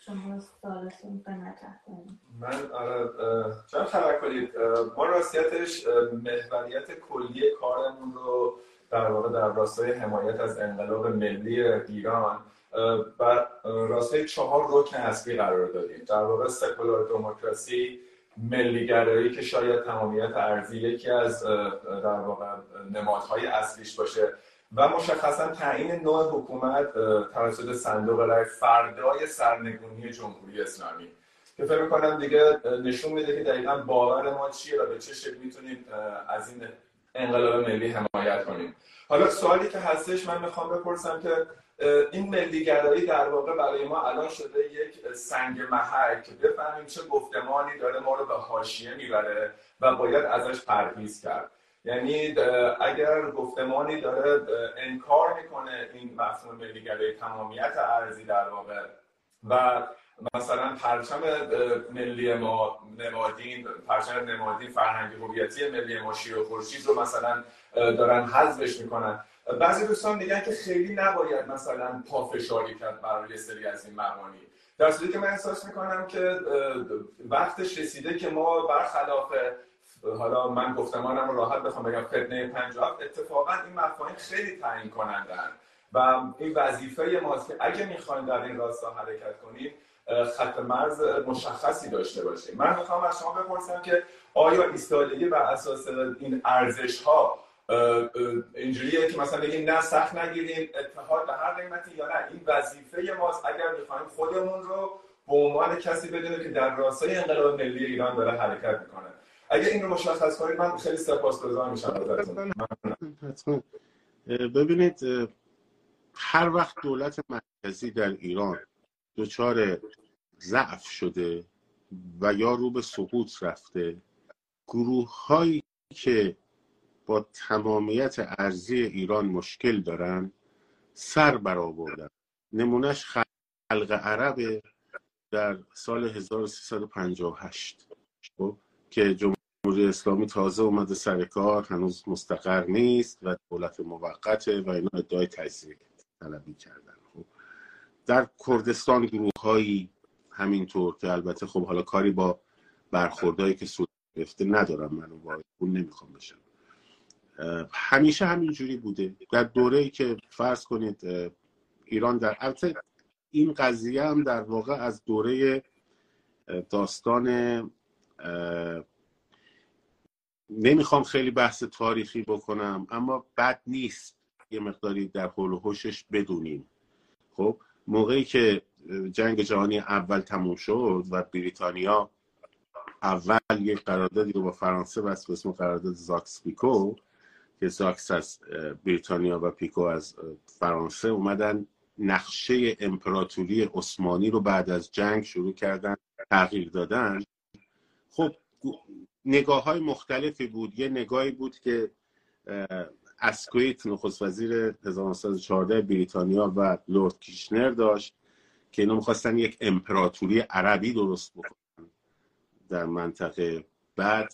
شما سوالتون به مطرح کنید. من آره چند توکلی ما راستیتش محوریت کلی کارمون رو در واقع در راستای حمایت از انقلاب ملی ایران و راستای چهار رکن اصلی قرار دادیم. در واقع سکولار دموکراسی، ملیگرایی که شاید تمامیت ارضی یکی از در واقع نمادهای اصلیش باشه و مشخصا تعیین نوع حکومت توسط صندوق رای فردای سرنگونی جمهوری اسلامی که فکر می‌کنم دیگه نشون میده که دقیقاً باور ما چیه و به چه شکل میتونیم از این انقلاب ملی حمایت کنیم. حالا سوالی که هستش من میخوام بپرسم که این ملیگرایی در واقع برای ما الان شده یک سنگ محک که بفهمیم چه گفتمانی داره ما رو به حاشیه میبره و باید ازش پرهیز کرد. یعنی اگر گفتمانی داره انکار میکنه این مفهوم ملیگرایی تمامیت ارضی در واقع و مثلا پرچم ملی ما نمادین، پرچم نمادین فرهنگی هویتی ملی ما شیر و خورشید رو مثلا دارن حذفش میکنن. بعضی دوستان میگن که خیلی نباید مثلا پافشاری کرد برای سری از این مبانی، در صورتی که من احساس میکنم که وقتش رسیده که ما برخلاف حالا من گفتمانم راحت بخوام بگم فتنه پنجاه اتفاقا این مفاهیم خیلی تعیین کنندن و این وظیفه ماست که اگه میخوایم در این راستا حرکت کنیم خط مرز مشخصی داشته باشیم. من میخوام از شما بپرسم که آیا ایستادگی بر اساس این ارزش ها اینجوریه که مثلا بگیم نه سخت نگیریم اتحاد به هر قیمتی یا نه این وظیفه ماست اگر میخوایم خودمون رو به عنوان کسی بدونیم که در راستای انقلاب ملی ایران داره حرکت میکنه؟ اگه این رو مشخص کنید من خیلی سپاسگزار میشم ازتون. حتما. ببینید هر وقت دولت مرکزی در ایران دچار ضعف شده و یا رو به سقوط رفته، گروه هایی که با تمامیت ارضی ایران مشکل دارن سر برآوردن. نمونهش خلق عرب در سال هزار و سیصد و پنجاه و هشت که جمهوری اسلامی تازه اومده سر کار، هنوز مستقر نیست و دولت موقته و اینا ادعای تجزیه طلبی کردن. در کردستان گروه هایی همینطور که البته خب حالا کاری با برخوردهایی که صورت گرفته ندارم، من وارد اون نمیخوام بشم. همیشه همینجوری بوده. در دوره‌ای که فرض کنید ایران در البته این قضیه هم در واقع از دوره داستان نمیخوام خیلی بحث تاریخی بکنم اما بد نیست یه مقداری در حول و حوشش بدونیم. خب موقعی که جنگ جهانی اول تموم شد و بریتانیا اول یک قراردادی رو با فرانسه بست به اسم قرارداد زاکس پیکو که زاکس از بریتانیا و پیکو از فرانسه، اومدن نقشه امپراتوری عثمانی رو بعد از جنگ شروع کردن تغییر دادن. خب نگاه های مختلفی بود. یه نگاهی بود که اسکویت نخست وزیر هزار و نهصد و چهارده بریتانیا و لورد کیشنر داشت که اینا میخواستن یک امپراتوری عربی درست بکنن در منطقه. بعد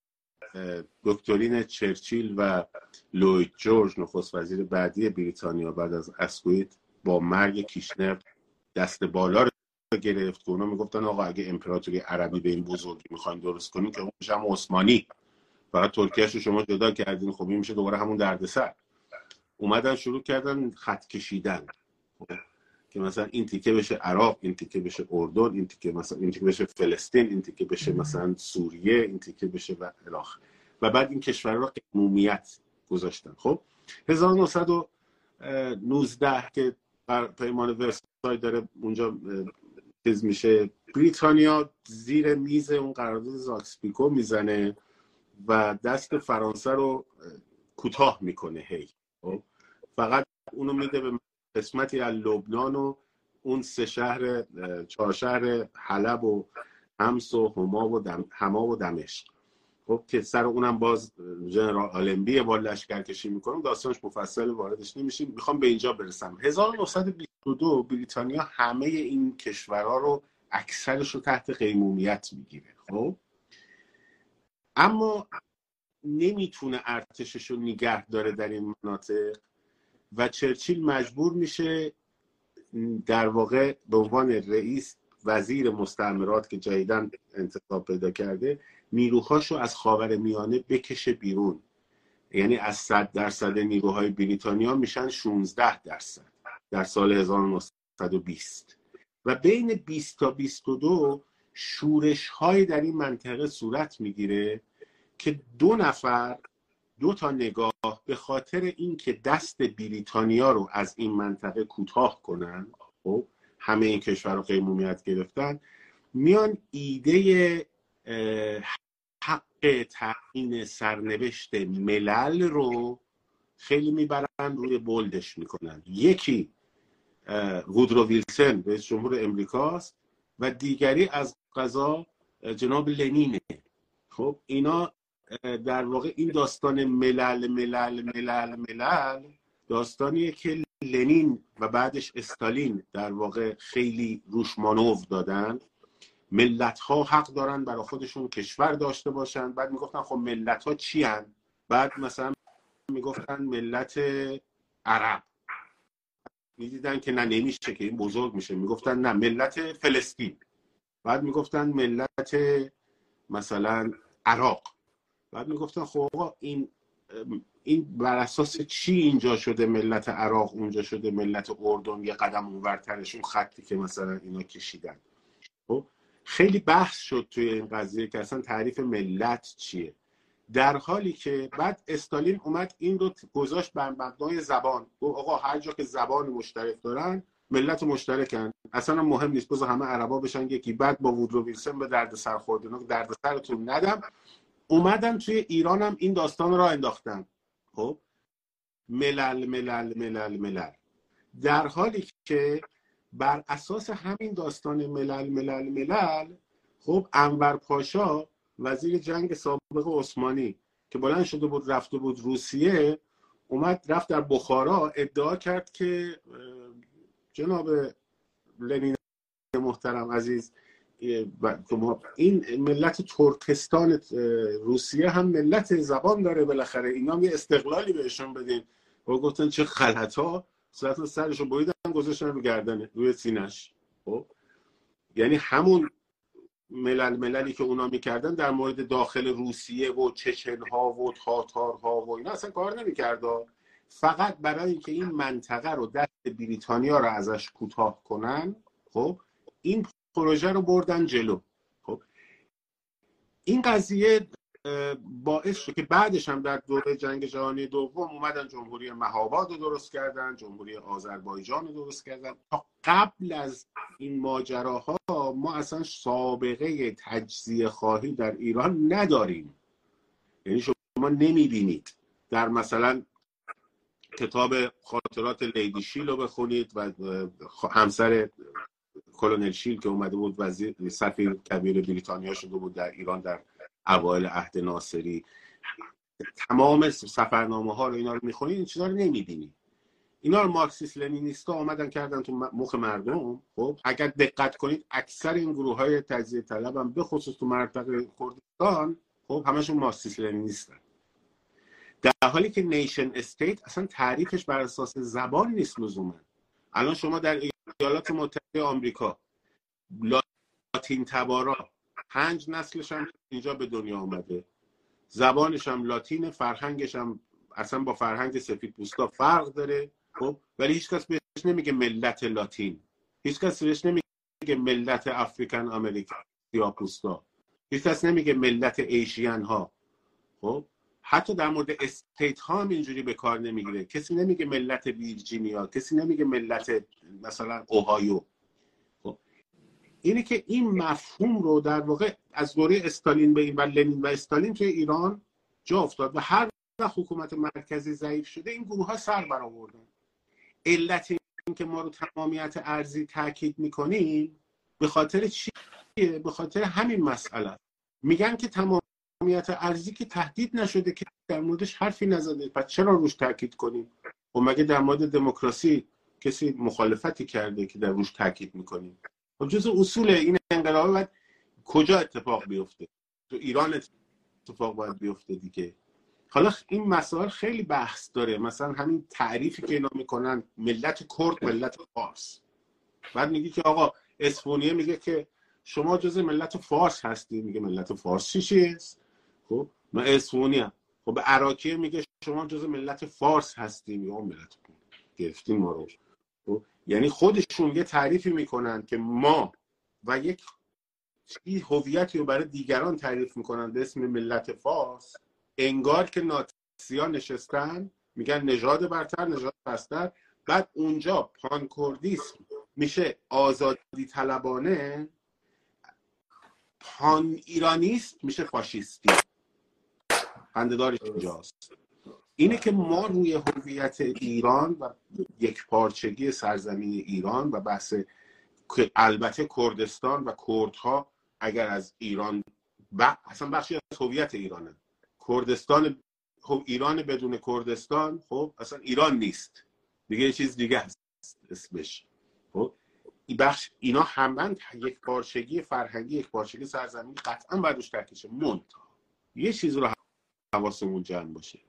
دکترین چرچیل و لوید جورج نخست وزیر بعدی بریتانیا بعد از اسکویت با مرگ کیشنر دست بالا رو گرفت که اونا میگفتن آقا اگه امپراتوری عربی به این بزرگی میخواین درست کنیم که اون میشه هم عثمانی، فقط ترکیه‌اش رو شما جدا کردین، خب این میشه دوباره همون دردسر. اومدن شروع کردن خط کشیدن که مثلا این تیکه بشه عراق، این تیکه بشه اردن، این تیکه مثلا این تیکه بشه فلسطین، این تیکه بشه مثلا سوریه، این تیکه بشه و الاخر. و بعد این کشورها رو قومیت گذاشتن. خب هزار و نهصد و نوزده که بر پیمان ورسای داره اونجا چیز میشه، بریتانیا زیر میز اون قرارداد زاکس پیکو میزنه و دست فرانسه رو کوتاه میکنه هی. خب فقط اونو میده به قسمتی از لبنان و اون سه شهر چهار شهر حلب و حمص و حما و دم حما و دمشق. خب که سر اونم باز ژنرال آلنبی با لشکر کشی میکنم، داستانش مفصل واردش نمیشیم. میخوام به اینجا برسم. هزار و نهصد و بیست و دو بریتانیا همه این کشورها رو اکثرش رو تحت قیمومیت میگیره. خب اما نمیتونه ارتشش رو نگه داره در این مناطق و چرچیل مجبور میشه در واقع به عنوان رئیس وزیر مستعمرات که جدیداً انتصاب پیدا کرده نیروهاشو از خاورمیانه بکشه بیرون. یعنی از صد درصد نیروهای بریتانیا میشن شانزده درصد در سال هزار و نهصد و بیست و بین بیست تا بیست و دو شورش های در این منطقه صورت میگیره که دو نفر دو تا نگاه به خاطر اینکه دست بریتانیا رو از این منطقه کوتاه کنن، خب همه این کشور رو قیمومیت گرفتن، میان ایده حق تعیین سرنوشت ملل رو خیلی میبرن روی بولدش میکنن. یکی وودرو ویلسون رئیس جمهور امریکاست و دیگری از قضا جناب لنینه. خب اینا در واقع این داستان ملل ملل ملل ملل داستانیه که لنین و بعدش استالین در واقع خیلی روش مانور دادن. ملت ها حق دارن برای خودشون کشور داشته باشن. بعد میگفتن خب ملت ها چی هن؟ بعد مثلا میگفتن ملت عرب، میدیدن که نه نمیشه که این بزرگ میشه، میگفتن نه ملت فلسطین. بعد میگفتن ملت مثلا عراق. بعد میگفتن خب آقا این این بر اساس چی اینجا شده ملت عراق، اونجا شده ملت اردن، یه قدم اونورترشون خطی که مثلا اینا کشیدن. خب خیلی بحث شد توی این قضیه که اصلا تعریف ملت چیه، در حالی که بعد استالین اومد این رو گذاشت بر مبنای زبان. گفت آقا هر جا که زبان مشترک دارن ملت مشترکن، اصلا مهم نیست، بذار همه عربا بشن یکی. بعد با وودرو ویلسون به درد سر خوردن که درد سرتون ندم، اومدن توی ایران هم این داستان را انداختن. خب ملل ملل ملل ملل، در حالی که بر اساس همین داستان ملل ملل ملل خب انور پاشا وزیر جنگ سابق عثمانی که بلند شده بود رفته بود روسیه، اومد رفت در بخارا ادعا کرد که جناب لنین محترم عزیز، این ملت ترکستان روسیه هم ملت زبان داره، بالاخره اینا هم یه استقلالی بهشون بدین. و گفتن چه غلطا، سرتون سرشو بریدن گذاشتن رو گردنه روی سینش. خب یعنی همون ملل مللی که اونا میکردن در مورد داخل روسیه و چچنها و تاتارها و اینا اصلا کار نمیکرد، فقط برای اینکه این منطقه رو دست بریتانیا رو ازش کوتاه کنن. خب این پروژه رو بردن جلو. خب این قضیه باعث شد که بعدش هم در دوره جنگ جهانی دوم اومدن جمهوری مهاباد رو درست کردن، جمهوری آذربایجان رو درست کردن. تا قبل از این ماجراها ما اصلا سابقه تجزیه خواهی در ایران نداریم. یعنی شما نمیبینید در مثلا کتاب خاطرات لیدی شیل رو بخونید و همسر کلونل شیل که اومده بود وزیر سفیر کبیر بریتانیا شده بود در ایران در اوایل عهد ناصری، تمام سفرنامه ها رو اینا رو میخونید، این چیزا رو نمیبینید. اینا رو مارکسیست لنینیستا اومدن کردن تو مخ مردم. خب اگر دقت کنید اکثر این گروه های تجزیه طلب هم به خصوص تو منطقه کردستان خب همشون مارکسیست لنینیستن، در حالی که نیشن استیت اصلا تعریفش بر اساس زبان نیست لزوما. الان شما در ایالات متحده آمریکا لاتین تبارا پنج نسلش هم اینجا به دنیا آمده، زبانش هم لاتینه، فرهنگش هم اصلا با فرهنگ سفیدپوستا فرق داره. خب ولی هیچ کس بهش نمیگه ملت لاتین، هیچ کس بهش نمیگه ملت افریکن امریکن سیاه‌پوستا، هیچ کس نمیگه ملت ایشین ها. خب حتی در مورد استیت ها هم اینجوری به کار نمیگیره، کسی نمیگه ملت ویرجینیا، کسی نمیگه ملت مثلا اوهایو. خب اینه که این مفهوم رو در واقع از دوره استالین به این و لنین و استالین توی ایران جا افتاد و هر وقت حکومت مرکزی ضعیف شده این گروه ها سر برآوردن. علت این که ما رو تمامیت ارضی تاکید میکنیم به خاطر چیه؟ به خاطر همین مسئله. میگن که تمامیت ارضی که تهدید نشده که در موردش حرفی نزده، پس چرا روش تاکید کنیم؟ و مگه در مورد دموکراسی کسی مخالفتی کرده که در روش تاکید میکنیم؟ و جزء اصول این انقلاب باید کجا اتفاق بیفته؟ تو ایران اتفاق باید بیفته دیگه. حالا این مسائل خیلی بحث داره، مثلا همین تعریفی که اینا میکنن ملت کرد ملت فارس، بعد میگی که آقا اصفهانی میگه که شما جزء ملت فارس هستی، میگه ملت فارس چی چیست؟ خب من اصفهانی ام. خب به عراقی میگه شما جزء ملت فارس هستی، میگه اون ملت گرفتین ما رو. خب یعنی خودشون یه تعریفی میکنن که ما و یک هویتی رو برای دیگران تعریف میکنن به اسم ملت فارس، انگار که ناتسیان نشستن میگن نژاد برتر نژاد پستر، بعد اونجا پانکردیسم میشه آزادی طلبانه، پان ایرانیست میشه فاشیستی. خنده‌دارش اینجاست اینه که ما روی هویت ایران و یک پارچگی سرزمین ایران و بحث که البته کردستان و کردها اگر از ایران ب... اصلا بخشی از هویت ایرانه، کردستان خب ایران بدون کردستان خب اصلا ایران نیست دیگه، یه چیز دیگه هست اسمش. خب این بخش اینا همه یک پارچگی فرهنگی، یک پارچگی سرزمینی قطعا باید روش تاکید شه. منتها یه چیز رو حواسمون جمع باشه،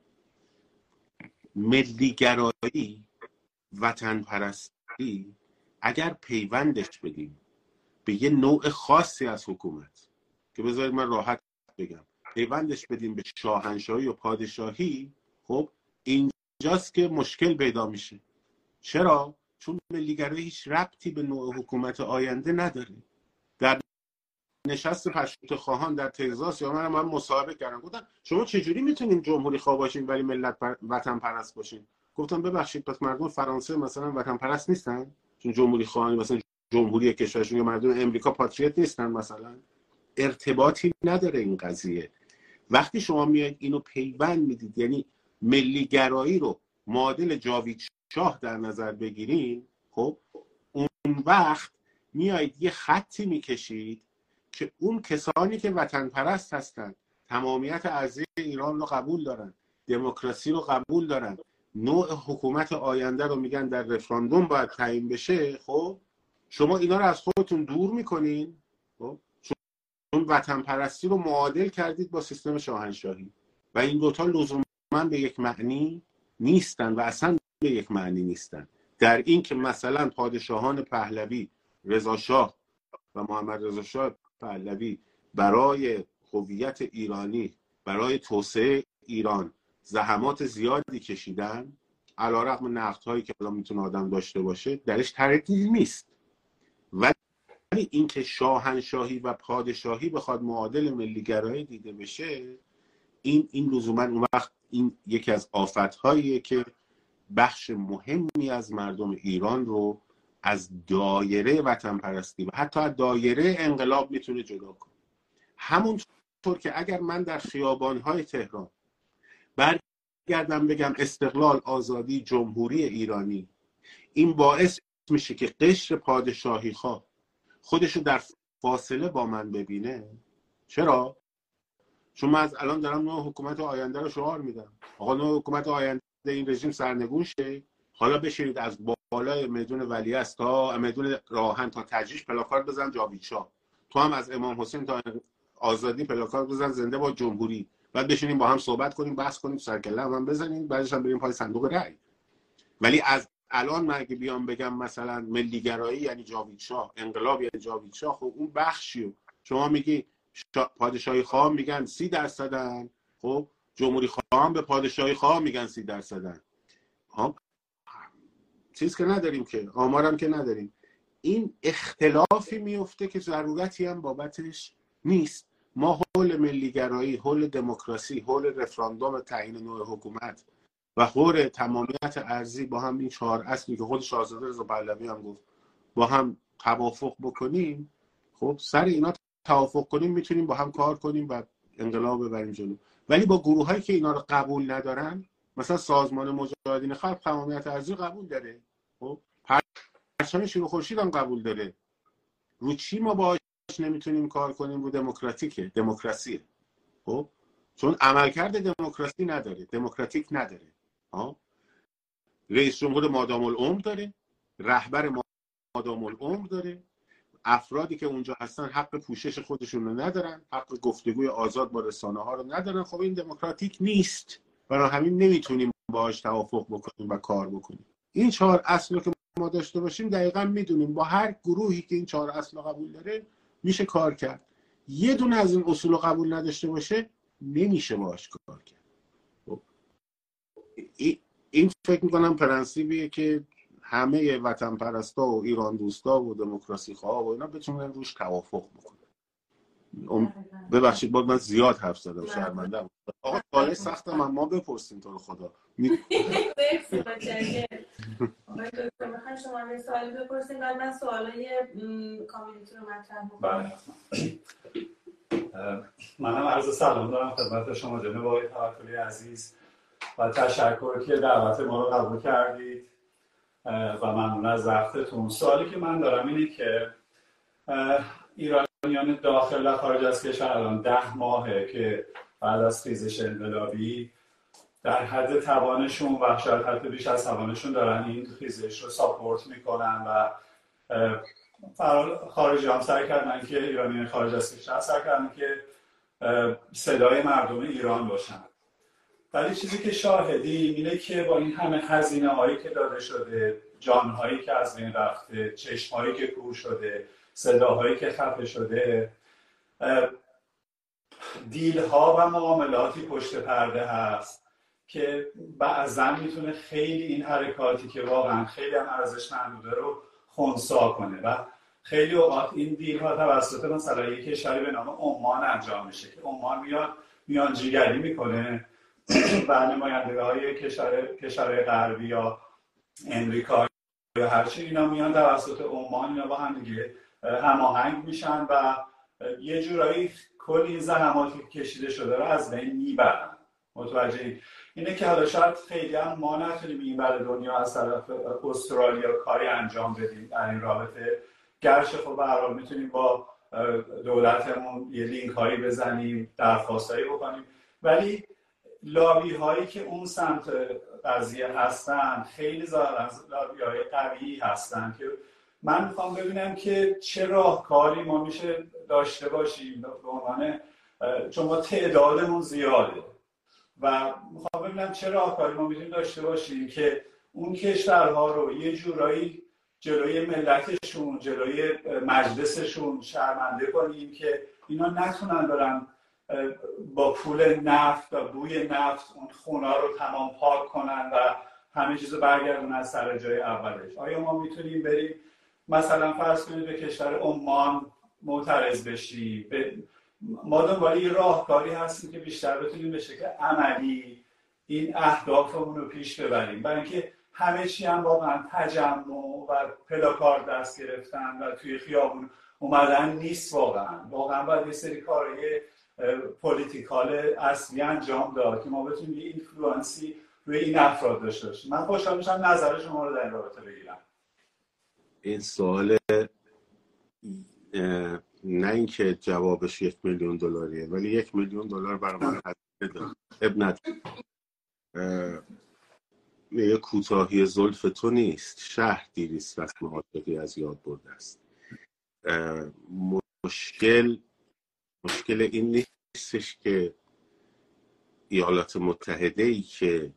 ملیگرایی، وطن پرستی اگر پیوندش بدیم به یه نوع خاصی از حکومت، که بذارید من راحت بگم پیوندش بدیم به شاهنشاهی و پادشاهی، خب اینجاست که مشکل پیدا میشه. چرا؟ چون ملیگرایی هیچ ربطی به نوع حکومت آینده نداره. در نشست پشتوخواهان در تگزاس یا من من مصاحبه کردم، گفتن شما چجوری میتونین جمهوری خواه باشین ولی ملت پر... وطن پرست باشین؟ گفتم ببخشید پس مردم فرانسه مثلا وطن پرست نیستن چون جمهوری خواهان مثلا جمهوری کشورشون، یا مردم امریکا پاتریوت نیستن مثلا؟ ارتباطی نداره این قضیه. وقتی شما میاد اینو پیوند میدید، یعنی ملیگرایی رو معادل جاوید شاه در نظر بگیرین، خب اون وقت میایید یه خطی میکشید که اون کسانی که وطن پرست هستن، تمامیت ارضی ایران رو قبول دارن، دموکراسی رو قبول دارن، نوع حکومت آینده رو میگن در رفراندوم باید تعیین بشه، خب شما اینا رو از خودتون دور میکنین، خب چون وطن پرستی رو معادل کردید با سیستم شاهنشاهی و این دوتا لزوما به یک معنی نیستن و اصلا به یک معنی نیستن. در این که مثلا پادشاهان پهلوی، رضا شاه و محمد رضا شاه پهلوی برای هویت ایرانی، برای توسعه ایران زحمات زیادی کشیدن، علیرغم نقدهایی که الان میتونه آدم داشته باشه درش تردیدی نیست، ولی اینکه شاهنشاهی و پادشاهی بخواد معادل ملیگرایی دیده بشه، این این لزوما اون وقت این یکی از آفت‌هاییه که بخش مهمی از مردم ایران رو از دایره وطن پرستی و حتی از دایره انقلاب میتونه جدا کنه. همونطور که اگر من در خیابان‌های تهران برگردم بگم استقلال، آزادی، جمهوری ایرانی، این باعث میشه که قشر پادشاهی خواه خودشو در فاصله با من ببینه. چرا؟ چون من از الان دارم نوع حکومت آینده رو شعار میدم. آقا نوع حکومت آینده این رژیم سرنگون شه، حالا بشینید از بالای میدون ولیعصر تا میدون راهن تا تجریش پلاکارد بزن جاوید شاه، تو هم از امام حسین تا آزادی پلاکارد بزن زنده با جمهوری، بعد بشینیم با هم صحبت کنیم، بحث کنیم، سرکله هم, هم بزنیم، بعدش هم بریم پای صندوق رأی. ولی از الان من اگه بیام بگم مثلا ملیگرایی یعنی جاوید شاه، انقلاب یعنی جاوید شاه، خب اون بخشیو شما میگی پادشاهی خواه میگن سی درصدن، خب جمهوری خواه به پادشاهی خواه میگن سی درصدن. ها چیز که نداریم که، آمارم که نداریم. این اختلافی میفته که ضرورتی هم بابتش نیست. ما حول ملیگرایی، حول دموکراسی، حول رفراندوم تعیین نوع حکومت و حول تمامیت ارضی با هم این چهار اصلی که خود شاهزاده رضا پهلوی هم گفت با هم توافق بکنیم، خب سر اینا توافق کنیم میتونیم با هم کار کنیم و انقلاب ببریم جلو. ولی با گروه هایی که اینا رو قبول ندارن، مثلا سازمان مجاهدین خلق تمامیت ارضی قبول داره، خب پرچم شیر و خورشید هم قبول داره، رو چی ما باهاش نمیتونیم کار کنیم؟ رو دموکراتیکه، دموکراسیه. خب چون عملکرد دموکراسی نداره، دموکراتیک نداره. ها رئیس جمهور مادام العمر داره، رهبر مادام العمر داره، افرادی که اونجا هستن حق پوشش خودشون رو ندارن، حق گفتگوی آزاد با رسانه ها رو ندارن. خب این دموکراتیک نیست، برای همین نمیتونیم باهاش توافق بکنیم و کار بکنیم. این چهار اصل رو که ما داشته باشیم دقیقا میدونیم با هر گروهی که این چهار اصل قبول داره میشه کار کرد. یه دونه از این اصول قبول نداشته باشه نمیشه باهاش کار کرد. این فکر میکنم پرنسیبیه که همه وطن پرستا و ایران دوستا و دموکراسی خواه و اینا بتونن روش توافق بکنن. ببخشید باید من زیاد حرف زدم، شرمندم. آقا سوال سختم اما بپرسین تو رو خدا. مرسی بچه‌ها. آقای دکتر میخواین شما یه سوالی بپرسین بعد من سوالای کامیونیتی رو مطرح بکنم. منم عرض سلام دارم خدمت شما جناب آقای توکلی عزیز و تشکر که دعوت ما رو قبول کردید و ممنون از وقتتون. سوالی که من دارم اینه که ایرانیان داخل و خارج از کشور الان ده ماهه که بعد از خیزش انقلابی در حد توانشون و شاید حتی بیش از توانشون دارن این خیزش رو ساپورت میکنن و خارجی هم سعی کردن که ایرانیان خارج از کشور سعی کردن که صدای مردم ایران باشن. ولی چیزی که شاهدیم اینه که با این همه هزینه هایی که داده شده، جان هایی که از بین رفته، چشم هایی که کور شده، صداهایی که خفه شده، دیل ها و معاملاتی پشت پرده هست که بعضا میتونه خیلی این حرکاتی که واقعا خیلی هم ارزشمند رو خنثی کنه و خیلی اوقات این دیل ها توسط مثلا یک کشوری به نام عمان انجام میشه که عمان میاد میانجیگری میکنه و نماینده های کشور کشورهای غربی یا امریکا یا هر چی اینا میان توسط عمان اینا با هم دیگه هماهنگ میشن و یه جورایی کل این زحماتی که کشیده شده رو از بین میبرن. متوجه اینه که حالا شاید خیلی هم ما نتونیم این بر دنیا از طرف استرالیا کاری انجام بدیم در این رابطه، گرچه خب به هر حال میتونیم با دولتمون یه لینک هایی بزنیم، درخواستایی بکنیم، ولی لابی هایی که اون سمت قضیه هستن خیلی ظاهرا لابی های قوی هستن که من میخوام ببینم که چه راهکاری ما میشه داشته باشیم به عنوان، چون ما تعدادمون زیاده و میخوام ببینم چه راهکاری ما میتونیم داشته باشیم که اون کشورها رو یه جورایی جلوی ملتشون، جلوی مجلسشون شرمنده کنیم که اینا نتونن برن با پول نفت و بوی نفت اون خونا رو تمام پاک کنن و همه چیزو برگردونن از سر جای اولش. آیا ما میتونیم بریم مثلا فرض کنید به کشور عمان معترض بشیم؟ ما دنبال یه راهکاری هستیم که بیشتر بتونیم به شکل عملی این اهدافمون رو پیش ببریم، برای اینکه همه چی هم واقعا تجمع و پلاکارد دست گرفتن و توی خیابون اومدن نیست. واقعا واقعا باید یه سری کارهای پولیتیکال اصلی انجام داد که ما بتونیم یه اینفلوئنسی روی این افراد داشته باشیم. من خوشحال میشم نظر شما رو در این رابطه بگیرم. این سوال نه اینکه جوابش یک میلیون دلاریه، ولی یک میلیون دلار برای من هزینه داره. اب نداره. یه کوتاهی زلف تو نیست، شهر دیریست رسم عاشقی از یاد برده است. مشکل مشکل این نیستش که ایالات متحده ای که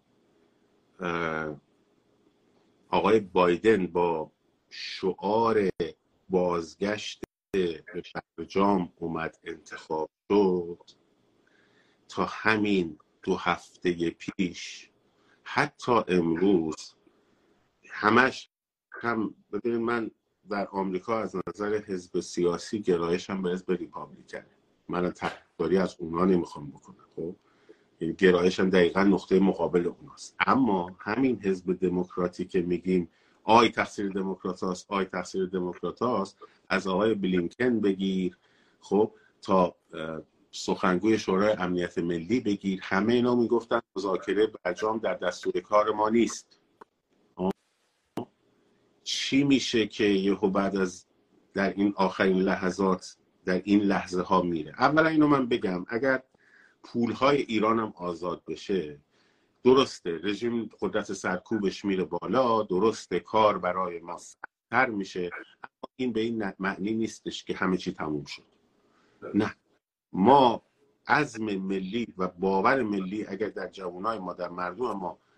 آقای بایدن با شعار بازگشت به برجام اومد انتخاب شد، تا همین دو هفته پیش حتی امروز همش هم ببینید، من در آمریکا از نظر حزب سیاسی گرایشم به حزب ریپابلیکن، من تحقیقی از اونا نمیخوام بکنم، خب این گرایشم دقیقا نقطه مقابل اوناست. اما همین حزب دموکراتی که میگیم آی تقصیر دموکرات هاست آی تقصیر دموکرات هاست، از آقای بلینکن بگیر خب تا سخنگوی شورای امنیت ملی بگیر، همه اینا میگفتن مذاکره برجام در دستور کار ما نیست. چی میشه که یهو بعد از در این آخرین لحظات در این لحظه ها میره؟ اولا اینو من بگم، اگر پولهای ایران هم آزاد بشه، درسته رژیم قدرت سرکوبش میره بالا، درسته کار برای ما سخت‌تر میشه، اما این به این معنی نیستش که همه چی تموم شد. نه، ما عزم ملی و باور ملی اگر در جوانای ما، در مردم ما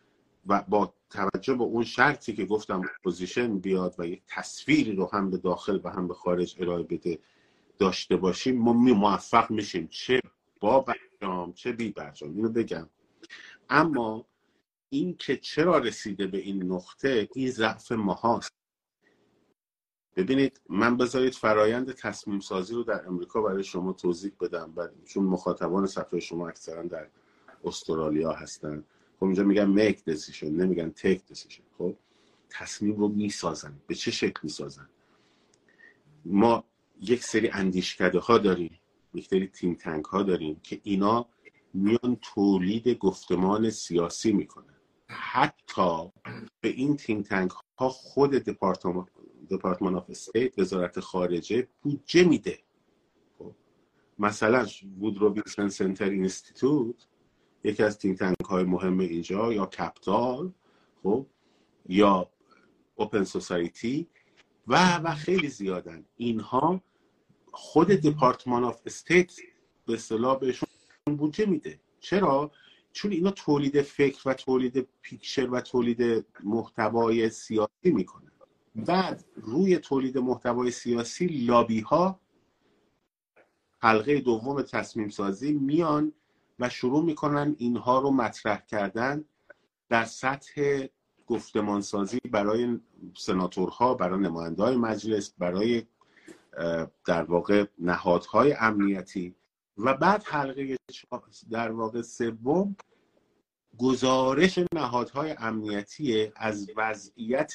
و با توجه به اون شرطی که گفتم اپوزیشن بیاد و یک تصویری رو هم به داخل و هم به خارج ارائه بده داشته باشیم، ما موفق میشیم، چه با برجام چه بی برجام. اینو بگم. اما این که چرا رسیده به این نقطه، این ضعف ماهاست. ببینید، من بذارید فرایند تصمیم سازی رو در امریکا برای شما توضیح بدم، چون مخاطبان صفحه شما اکثرا در استرالیا هستن. خب اینجا میگن make decision، نمیگن take decision. خب تصمیم رو میسازن. به چه شکل میسازن؟ ما یک سری اندیشکده ها داریم، یک سری تیم تنک ها داریم که اینا میان تولید گفتمان سیاسی میکنن. حتی به این تیم تنک ها خود دپارتمان دپارتمان آف استیت، وزارت خارجه، بودجه میده. خب مثلا وودرو ویلسون سنتر اینستیتوت یکی از تیم تنک های مهم اینجا، یا کپیتال، خب یا اوپن سوسایتی و و خیلی زیادن. اینها خود دپارتمان آف استیت به اصطلاح بهشون بودجه میده. چرا؟ چون اینا تولید فکر و تولید پیکچر و تولید محتوای سیاسی میکنن. بعد روی تولید محتوای سیاسی لابی ها، حلقه دوم تصمیم سازی، میان و شروع میکنن اینها رو مطرح کردن در سطح گفتمان سازی برای سناتورها، برای نماینده‌های مجلس، برای در واقع نهادهای امنیتی. و بعد حلقه در واقع سوم گزارش نهادهای امنیتی از وضعیت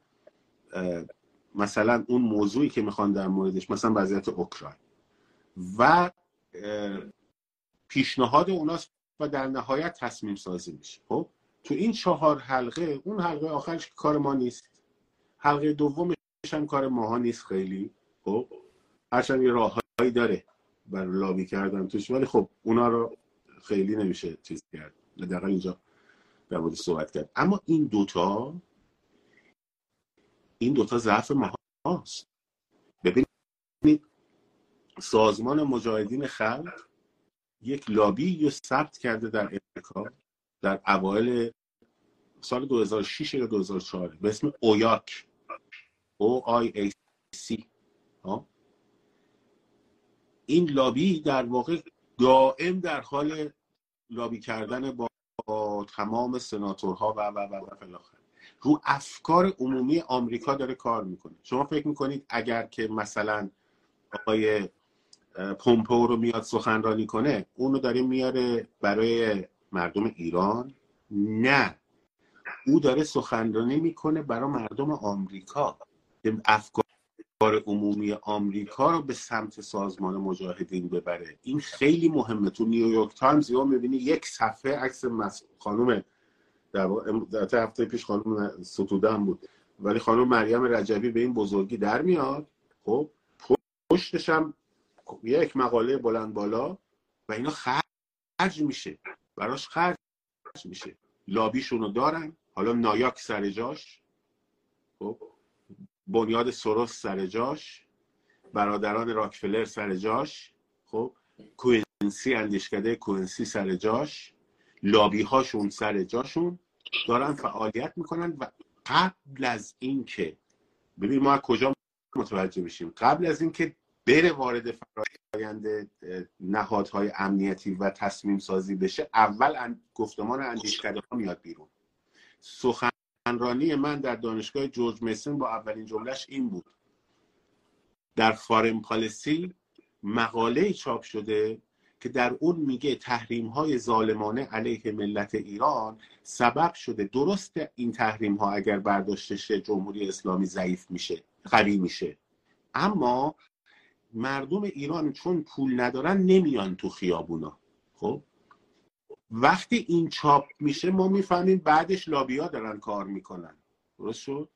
مثلا اون موضوعی که میخوان در موردش، مثلا وضعیت اوکراین، و پیشنهاد اوناست و در نهایت تصمیم سازی میشه. خب تو این چهار حلقه، اون حلقه آخرش کار ما نیست، حلقه دومش هم کار ماها نیست خیلی. خب هرچند یه راههایی داره برای لابی کردن توش، ولی خب اونا رو خیلی نمیشه چیز کرد، حداقل اینجا در مورد صحبت کرد. اما این دوتا این دوتا ضعف ماهاست. ببینید، سازمان مجاهدین خلق یک لابی رو ثبت کرده در امریکا در اوایل سال دو هزار و شش یا دو هزار و چهار به اسم اویاک، او آی ای سی. این لابی در واقع دائم در حال لابی کردن با تمام سناتورها و و و و فلاخر رو افکار عمومی آمریکا داره کار میکنه. شما فکر میکنید اگر که مثلا آقای پومپئو رو میاد سخنرانی کنه، اونو داره میاره برای مردم ایران؟ نه، او داره سخنرانی میکنه برای مردم آمریکا، افکار عمومی آمریکا رو به سمت سازمان مجاهدین ببره. این خیلی مهمه. تو نیویورک تایمز یا میبینی یک صفحه عکس خانم، در هفته پیش خانم ستودن بود، ولی خانم مریم رجبی به این بزرگی در میاد. خب پشتش هم یک مقاله بلند بالا و اینا خرج میشه، براش خرج میشه. لابیشونو دارن. حالا نایاک سر جاش، خب بنیاد سوروس سر جاش، برادران راکفلر سر جاش، خب کوئنسی، اندیشکده کوئنسی سر جاش، لابی هاشون سر جاشون دارن فعالیت میکنن. و قبل از این که ببین ما از کجا متوجه میشیم، قبل از این که بره وارد فرآیند نهادهای امنیتی و تصمیم سازی بشه، اول گفتمان اندیشکده ها میاد بیرون. سخنرانی من در دانشگاه جورج میسون با اولین جملهش این بود: در فارن پالیسی مقاله چاپ شده که در اون میگه تحریم های ظالمانه علیه ملت ایران سبب شده، درست این تحریم ها اگر برداشته شه جمهوری اسلامی ضعیف میشه، قوی میشه، اما مردم ایران چون پول ندارن نمیان تو خیابونا. خب وقتی این چاپ میشه ما میفهمیم بعدش لابیا دارن کار میکنن. درست شد؟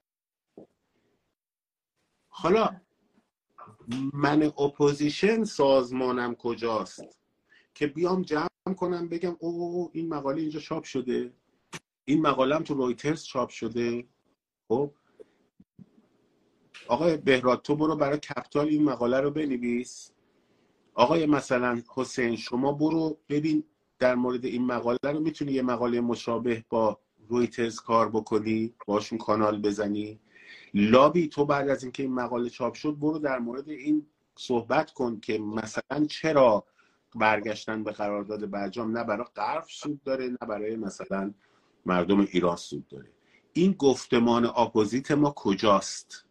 حالا من اپوزیشن سازمانم کجاست که بیام جمع کنم بگم او این مقاله اینجا چاپ شده، این مقاله هم تو رویترز چاپ شده. خب آقای بهراد تو برو برای کپیتال این مقاله رو بنویس. آقای مثلا حسین شما برو ببین در مورد این مقاله رو میتونی یه مقاله مشابه با رویترز کار بکنی، باشون کانال بزنی. لابی تو بعد از اینکه این مقاله چاپ شد برو در مورد این صحبت کن که مثلا چرا برگشتن به قرارداد برجام نه برای غرب سود داره نه برای مثلا مردم ایران سود داره. این گفتمان اپوزیت ما کجاست؟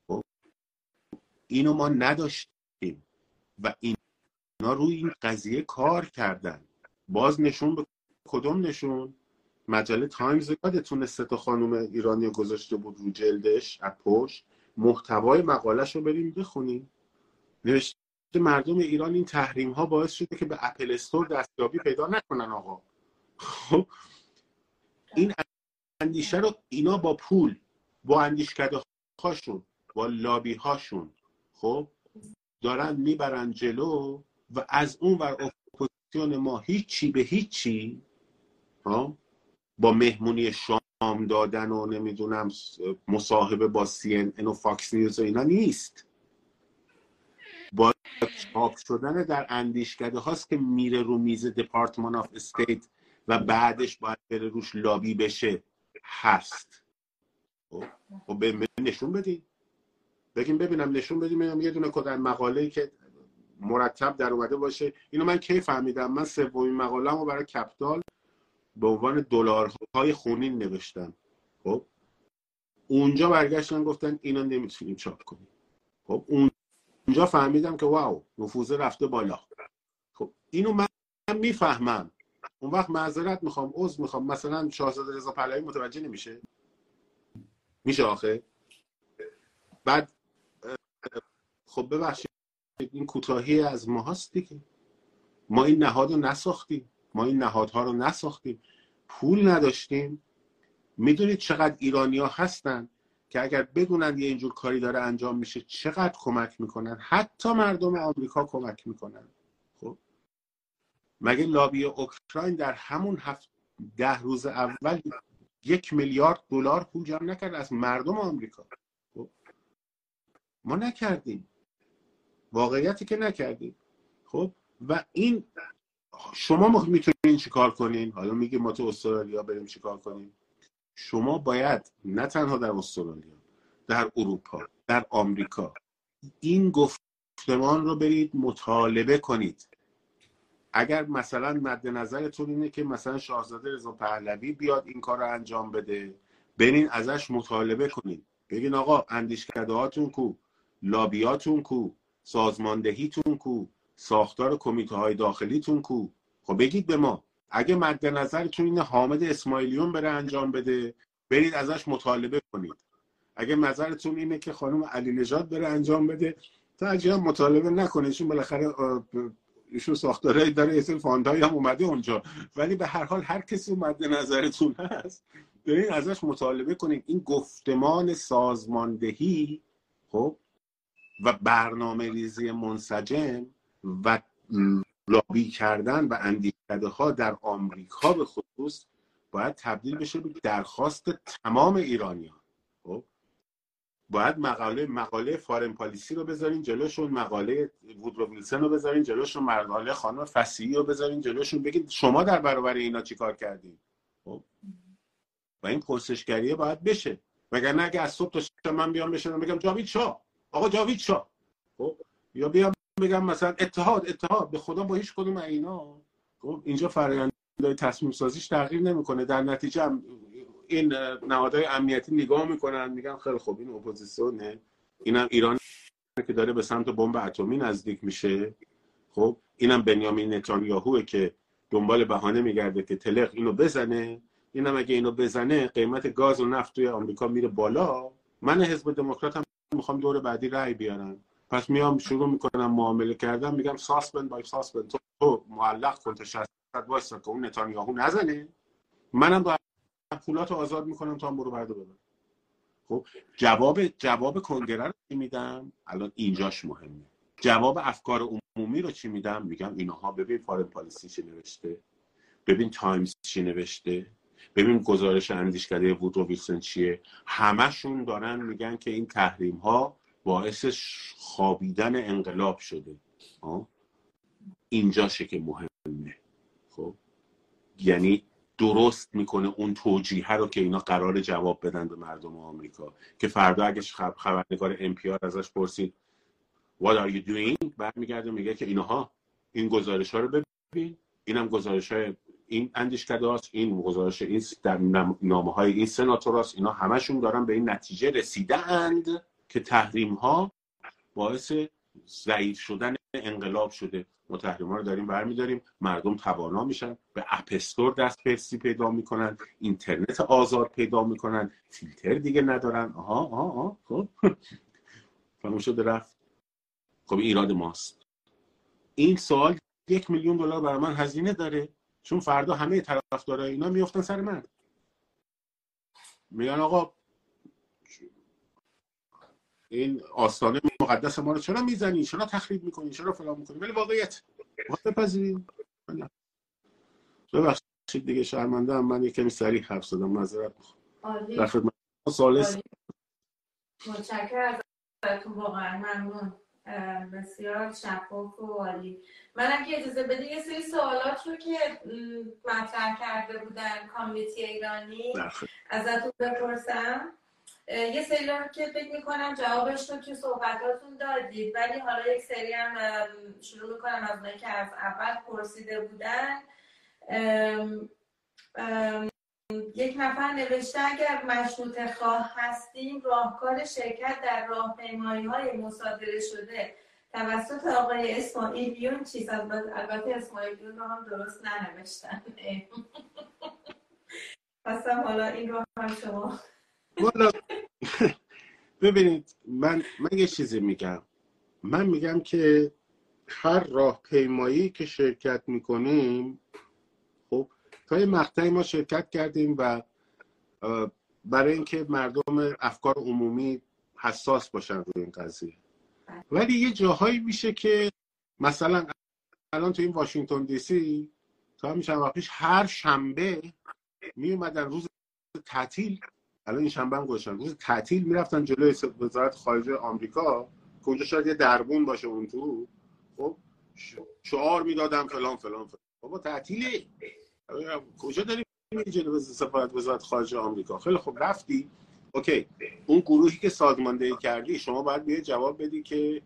اینو ما نداشتیم و اینا روی این قضیه کار کردن. باز نشون به کدوم نشون؟ مجله تایمز یادتونه سه تا خانم ایرانی گذاشته بود رو جلدش از پشت، محتوای مقالهش رو بریم بخونیم. نوشته مردم ایران این تحریم ها باعث شده که به اپل استور دستیابی پیدا نکنن. آقا خب این اندیشه رو اینا با پول، با اندیشکده هاشون، با لابی هاشون خب دارن میبرن جلو و از اون ور اپوزیسیون ما هیچی به هیچی ها، با مهمونی شام دادن و نمیدونم مصاحبه با سی ان ان و فاکس نیوز و اینا نیست. با چاپ شدن در اندیشکده هاست که میره رو میز دپارتمان آف استیت و بعدش باید بره روش لابی بشه هست. خب به نشون بدین، بگیم ببینم، نشون بدیم ببینم یه دونه کدن مقاله‌ای که مرتب در اومده باشه. اینو من کی فهمیدم؟ من سومین مقاله‌مو برای کپیتال به عنوان دلارهای خونین نوشتم. خب اونجا برگشتن گفتن اینو نمیتونیم چاپ کنیم. خب اونجا فهمیدم که واو نفوذ رفته بالا. خب اینو من میفهمم. اون وقت معذرت میخوام، عذر میخوام. مثلا شاهزاده رضا پهلوی متوجه نمیشه؟ میشه آخه؟ بعد خب ببخشید این کوتاهی از ما هست دیگه. ما این نهاد رو نساختیم، ما این نهادها رو نساختیم، پول نداشتیم. میدونید چقدر ایرانی ها هستن که اگر بدونن یه اینجور کاری داره انجام میشه چقدر کمک میکنن، حتی مردم آمریکا کمک میکنن. خب مگه لابی اوکراین در همون هفت ده روز اول یک میلیارد دلار پول جمع نکرد از مردم آمریکا؟ خب ما نکردیم، واقعیتی که نکردیم. خب و این شما میتونین چیکار کنین؟ حالا میگه ما تو استرالیا بریم چیکار کنیم؟ شما باید نه تنها در استرالیا، در اروپا، در آمریکا این گفتمان رو برید مطالبه کنید. اگر مثلا مد نظرتون اینه که مثلا شاهزاده رضا پهلوی بیاد این کار رو انجام بده، برین ازش مطالبه کنید. بگین آقا اندیشکدهاتون کو، لابیاتون کو، سازماندهیتون کو، ساختار کمیته های داخلیتون کو. خب بگید به ما. اگه مد نظرتون اینه حامد اسماعیلیون بره انجام بده، برید ازش مطالبه کنید. اگه نظرتون اینه که خانم علی نژاد بره انجام بده، تا اجازه مطالبه نکنید، چون بالاخره ایشون ساختارهایی داره، یه سری فاندایی هم اومده اونجا. ولی به هر حال هر کسی مد نظرتون هست برید ازش مطالبه کنید. این گفتمان سازماندهی خب و برنامه ریزی منسجم و لابی کردن و اندیشکده ها در آمریکا به خصوص باید تبدیل بشه به درخواست تمام ایرانیان. خب باید مقاله مقاله فارن پالیسی رو بذارین جلوشون، مقاله وودرو ویلسون رو بذارین جلوشون، مقاله خانم فصیحی رو بذارین جلوشون، بگید شما در برابر اینا چیکار کردین. خب و این پرسشگریه باید بشه. وگرنه اگه از صبح تا شب من بیام بشینم بگم جاوید شاه، آقا جاوید شاه، خب یا بیام بگم مثلا اتحاد اتحاد، به خدا با هیچ کدوم اینا خب اینجا فرآیند تصمیم سازیش تغییر نمیکنه. در نتیجه هم این نهادهای امنیتی نگاه میکنن میگن خیلی خوب این اپوزیسیونه، اینم ایران که داره به سمت بمب اتمی نزدیک میشه. خب اینم بنیامین نتانیاهوه که دنبال بهانه میگرده که تلق اینو بزنه. اینم اگه اینو بزنه قیمت گاز و نفت توی آمریکا میره بالا. من حزب دموکرات هم میخوام دور بعدی رأی بیارم، پس میام شروع میکنم معامله کردن، میگم ساسپند بای ساسپند، تو معلق کن تا شصت واسه که اون نتانیاهو نزنه، منم با پولاتو آزاد میکنم تا هم برو برده ببر. خب جواب جواب کنگره رو چی میدم؟ الان اینجاش مهمه. جواب افکار عمومی رو چی میدم؟ میگم اینها ببین فارن پالیسی چی نوشته، ببین تایمز چی نوشته، ببین گزارش اندیشکده وودرو ویلسون چیه. همشون دارن میگن که این تحریم ها باعث خوابیدن انقلاب شده. آه؟ اینجاشه که مهمه. خب یعنی درست میکنه اون توجیه رو که اینا قرار جواب بدن به مردم آمریکا، که فردا اگه خبرنگار ام پی آر ازش پرسید What are you doing؟ برمیگرده میگه که اینها این گزارش ها رو ببین، اینم گزارش های این اندیشکده هاست، این گزارش این در نامه های این سناتور هاست، اینا همشون دارن به این نتیجه رسیده اند که تحریم ها باعث ضعیف شدن انقلاب شده. ما تحریم ها رو داریم برمیداریم، مردم توانا میشن، به اپستور دسترسی پیدا میکنن، اینترنت آزاد پیدا میکنن، فیلتر دیگه ندارن. آها آها آها خب فهم شده رفت. خب ایراد ماست. این سوال یک میلیون دلار برای من هزینه داره، چون فردا همه طرفدارای اینا میافتن سر من، میگن آقا این آستانه مقدس ما رو چرا میزنی، چرا تخریب میکنی، چرا فلان میکنی. ولی واقعیت واقعا بپذیرید. ببخشید دیگه شرمنده ام، من یکمی سریع حرف زدم، معذرت میخوام. در خدمت سالس. متشکرم ازتون، واقعا ممنون، بسیار شفاف و عالی. منم که اجازه بده یه سری سوالات رو که مطرح کرده بودن کامیونیتی ایرانی ازتون بپرسم. یه سری رو که فکر میکنم جوابش رو که صحبتاتون دادید، ولی حالا یک سری هم شروع میکنم از اونایی که از اول پرسیده بودن. ام ام یک نفر نوشته اگر مشروطه خواه هستیم، راهکار شرکت در راهپیمایی‌های مصادره شده توسط آقای اسماعیلیون چیست؟ البته اسماعیلیون رو هم درست ننوشتن. پسم حالا این رو هم شما. والا ببینید من من یه چیزی میگم. من میگم که هر راهپیمایی که شرکت میکنیم، خب تا یه مقطعی ما شرکت کردیم و برای اینکه مردم افکار عمومی حساس باشن روی این قضیه، ولی یه جاهایی میشه که مثلا الان تو این واشنگتن دی سی تا همین چند وقت پیش هر شنبه می اومدن روز تعطیل، الان این شنبه هم گذاشتن روز تعطیل، میرفتن جلوی وزارت خارجه آمریکا که اونجا شاید یه دربون باشه اون تو، خب شعار میدادن فلان فلان فلان. بابا تعطیله، کجا داری میری جلوی سفارت وزارت خارجه آمریکا؟ خیلی خب رفتی، اوکی، اون گروهی که سازماندهی کردی شما باید بیای جواب بدی که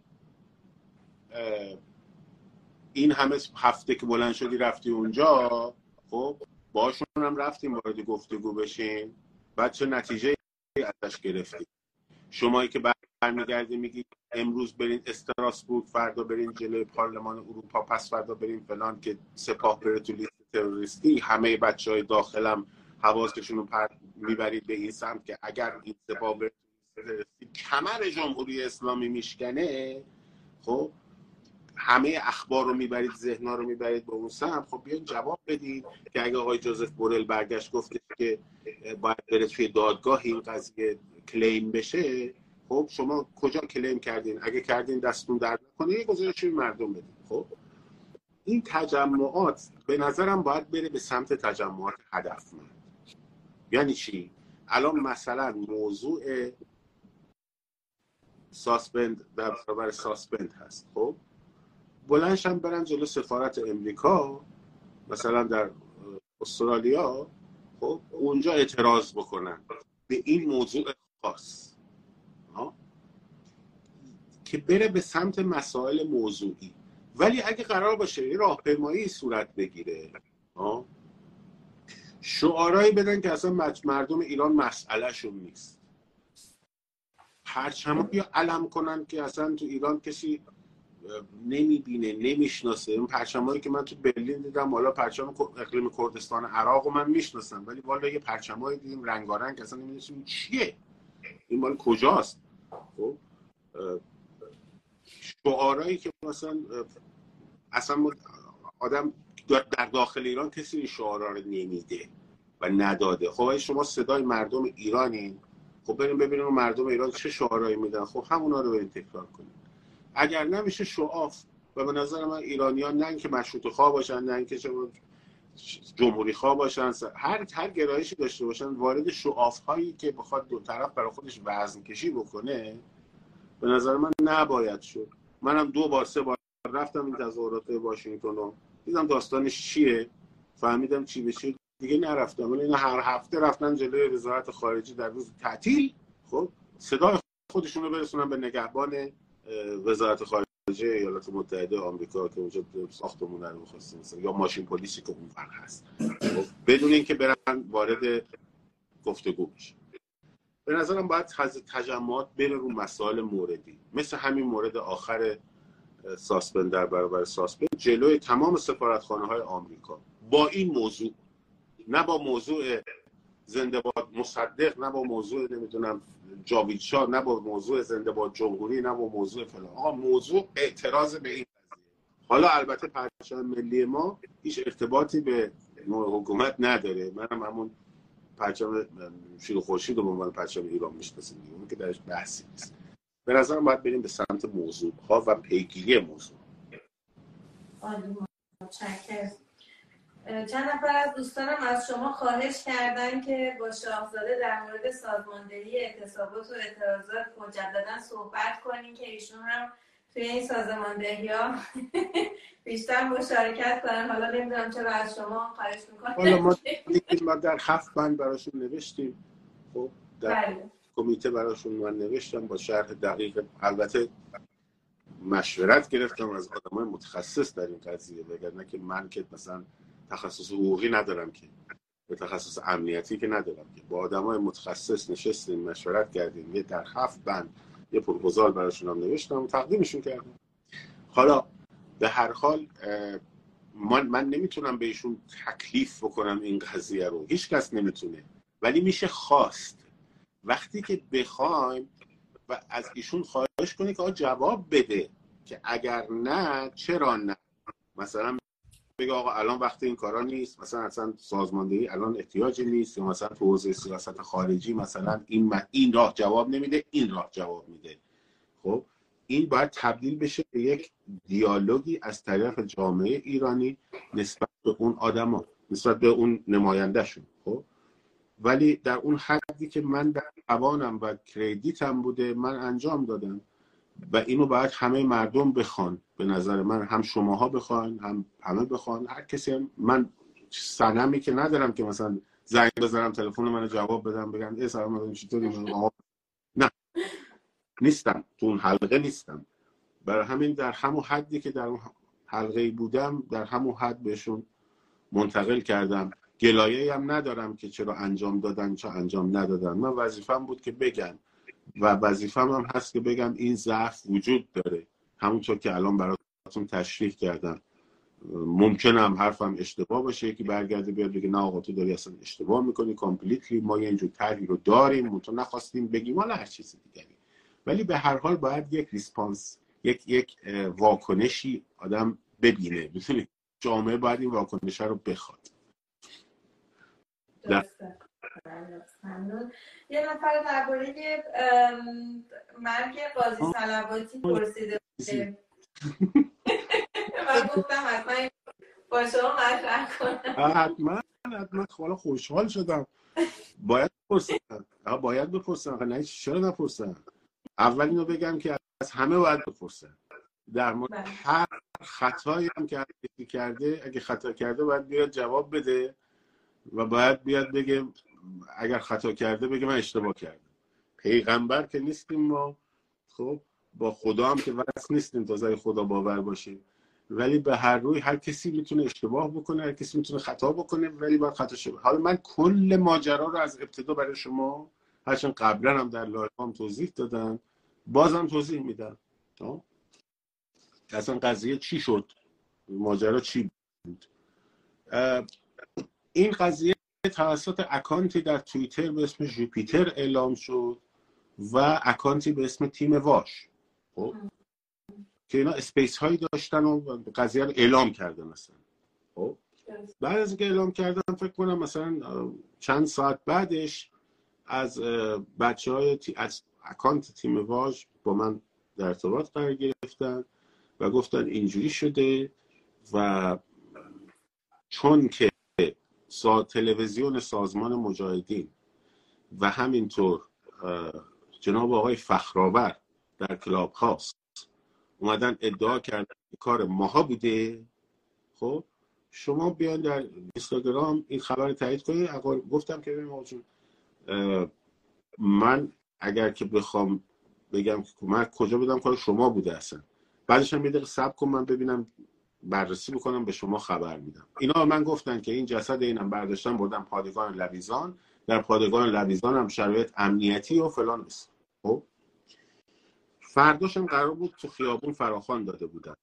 این همه هفته که بلند شدی رفتی اونجا، خب باشون هم رفتیم وارد گفتگو بشین، بعد چه نتیجه ازش گرفتی؟ شمایی که برمیگردی میگی امروز برین استراسبورگ، فردا برین جلوی پارلمان اروپا، پس فردا برین فلان که سپاه بره تو لیست تروریستی، همه بچهای داخلم حواسشون رو پرت میبرید به این سمت که اگر این سپاه بره تو لیست تروریستی کمر جمهوری اسلامی میشکنه، خب همه اخبار رو میبرید، ذهنا رو میبرید به اون سمت. خب بیاین جواب بدید که اگه آقای جوزف بورل برگشت گفته که باید بره توی دادگاه این قضیه کلیم بشه، خب شما کجا کلیم کردین؟ اگه کردین دستون درد نکنه یه گزارشی مردم بدین. خب این تجمعات به نظرم باید بره به سمت تجمعات هدفمند. یعنی چی؟ الان مثلا موضوع ساسپند در برابر ساسپند هست، خب بلندشم برن جلو سفارت امریکا مثلا در استرالیا، خب اونجا اعتراض بکنن به این موضوع خاص، ها، که بره به سمت مسائل موضوعی. ولی اگه قرار باشه یه راهپیمایی صورت بگیره، ها، شعارهایی بدن که اصلا مردم ایران مسئله شون نیست، پرچم یا علم کنن که اصلا تو ایران کسی نمیبینه نمیشناسه. اون پرچمایی که من تو برلین دیدم، حالا پرچم اقلیم کردستان عراق رو من میشناسم، ولی والا یه پرچمایی دیدیم رنگارنگ اصلا نمیدونیم چیه، این مال کجاست. خب شعارهایی که مثلا اصلا آدم در داخل ایران کسی این شعارها رو نمیده و نداده. خب شما صدای مردم ایرانین، خب بریم ببینیم مردم ایران چه شعارهایی میدن، خب همونا رو بریم تکرار کنیم. اگر نمیشه شعاف، و به نظر من ایرانیان نه اینکه مشروطه خواه باشن، نه اینکه جمهوری خواه باشن، هر هر گرایشی داشته باشن، وارد شعاف هایی که بخواد دو طرف برای خودش وزن کشی بکنه به نظر من نباید شد. منم دو بار سه بار رفتم این تظاهرات واشنگتن رو دیدم داستانش چیه، فهمیدم چی به چی دیگه نرفتم، ولی اینا هر هفته رفتن جلوی وزارت خارجه در روز تعطیل، خب صدای خودشون رو برسونن به نگهبان وزارت خارجه ایالات متحده آمریکا که اونجا ساختمون رو می‌خواستن مثلا، یا ماشین پلیسی که اون فرق هست، خب بدون اینکه برن وارد گفتگو بشن. به نظرم باید تجمعات بره رو مسائل موردی، مثل همین مورد آخر ساسپند در برابر ساسپند جلوی تمام سفارتخانه‌های آمریکا با این موضوع، نه با موضوع زنده باد مصدق، نه با موضوع نمیدونم جاوید شاه، نه با موضوع زنده باد جمهوری، نه با موضوع فلان. آقا موضوع اعتراض به این قضیه. حالا البته پرچم ملی ما هیچ ارتباطی به حکومت نداره، منم همون پرچم شیر و خورشید رو به عنوان پرچم ایران میشناسم، اون که درش بحثی نیست. به نظرم باید بریم به سمت موضوع ها و پیگیری موضوع. عالی، متشکرم. چند نفر از دوستانم از شما خواهش کردن که با شاهزاده در مورد سازماندهی اعتصابات و اعتراضات مجددا صحبت کنین که ایشون هم توی این سازماندهی‌ها بیشتر مشارکت کنن. حالا نمیدونم چرا از شما خواهش میکنم. حالا ما ما در هفت بند براشون نوشتیم، خب در بله. کمیته براشون من نوشتم با شرح دقیق، البته مشورت گرفتم از آدمای متخصص در این قضیه، وگرنه که من که مثلا تخصص حقوقی ندارم، که به تخصص امنیتی که ندارم، که با آدمای متخصص نشستیم مشورت کردیم، یه در هفت بند یه پروپوزال براشون هم نوشتم و تقدیمشون کردم. حالا به هر حال من من نمیتونم به ایشون تکلیف بکنم این قضیه رو، هیچ کس نمیتونه، ولی میشه خواست وقتی که بخوایم و از ایشون خواهش کنی که آقا جواب بده که اگر نه چرا نه، مثلا بگه آقا الان وقت این کارا نیست، مثلا اصلا سازماندهی الان احتیاجی نیست، یا مثلا تو حوزه سیاست خارجی مثلا این این راه جواب نمیده، این راه جواب میده. خب این باید تبدیل بشه به یک دیالوگی از طرف جامعه ایرانی نسبت به اون آدما، نسبت به اون نمایندهشون. خب ولی در اون حدی که من در توانم و کردیتم بوده من انجام دادم و اینو باید همه مردم بخوان. به نظر من هم شماها بخوان، هم همه بخوان، هر کسی هم. من صنمی که ندارم که مثلا زنگ بزنم تلفن منو جواب بدم بگم ای سلام علیکم چطوری، من نه نیستم، تو اون حلقه نیستم. برای همین در همون حدی که در اون حلقه بودم در همون حد بهشون منتقل کردم. گلایه‌ای هم ندارم که چرا انجام دادن چرا انجام ندادن. من وظیفه‌م بود که بگم و وظیفه‌م هم هست که بگم این ضعف وجود داره، همونطور که الان براتون تشریح کردم. ممکنه هم حرفم اشتباه باشه، یکی برگرده بیاد بگه نه آقا تو داری اصلا اشتباه میکنی، کامپلیتلی ما یه اینجور طرحی رو داریم تو نخواستیم بگیم ولی هر چیز دیگری. ولی به هر حال باید یک ریسپانس، یک یک واکنشی آدم ببینه. می‌دونی جامعه باید این واکنش رو بخواد. درسته. ممنون. یه نفر درباره مرگ قاضی صلواتی پرسیده بود. من گفتم حتما با شما مطرح کنم. حتما حتما خوالا خوشحال شدم. باید بپرسم. باید بپرسم. نه چرا نپرسم؟ اول اینو بگم که از همه باید بپرسم. در مورد هر خطایی هم که کسی کرده، اگه خطا کرده باید بیاد جواب بده و باید بیاد بگه اگر خطا کرده بگه من اشتباه کردم. پیغمبر که نیستیم ما، خب با خدا هم که وصل نیستیم تا خدا باور باشیم، ولی به هر روی هر کسی میتونه اشتباه بکنه، هر کسی میتونه خطا بکنه، ولی باید خطا شه. حالا من کل ماجرا رو از ابتدا برای شما هرچند قبلا هم در لایوام توضیح دادم بازم توضیح میدم. اصلا قضیه چی شد، ماجرا چی بود. این قضیه توسط اکانتی در توییتر به اسم جوپیتر اعلام شد و اکانتی به اسم تیم واش، خب که اینا اسپیس هایی داشتن و قضیه رو اعلام کردن مثلا. خب بعد از اینکه اعلام کردن فکر کنم مثلا چند ساعت بعدش از بچهای تی... از اکانت تیم واش با من در ارتباط قرار گرفتن و گفتن اینجوری شده و چون که سا... تلویزیون سازمان مجاهدین و همینطور جناب آقای فخرآور در کلاب هاوس اومدن ادعا کردن کار ماها بوده، خب شما بیان در اینستاگرام این خبر رو تایید کنید. گفتم که ببین من اگر که بخوام بگم که من کجا بدم کار شما بوده اصلا، بعدش هم یه دقیقه صبر کن من ببینم بررسی میکنم به شما خبر میدم. اینا من گفتن که این جسد اینم برداشتن بردن پادگان لویزان، در پادگان لویزان هم شرایط امنیتی و فلان است. خب فرداشم قرار بود تو خیابون فراخوان داده بودن.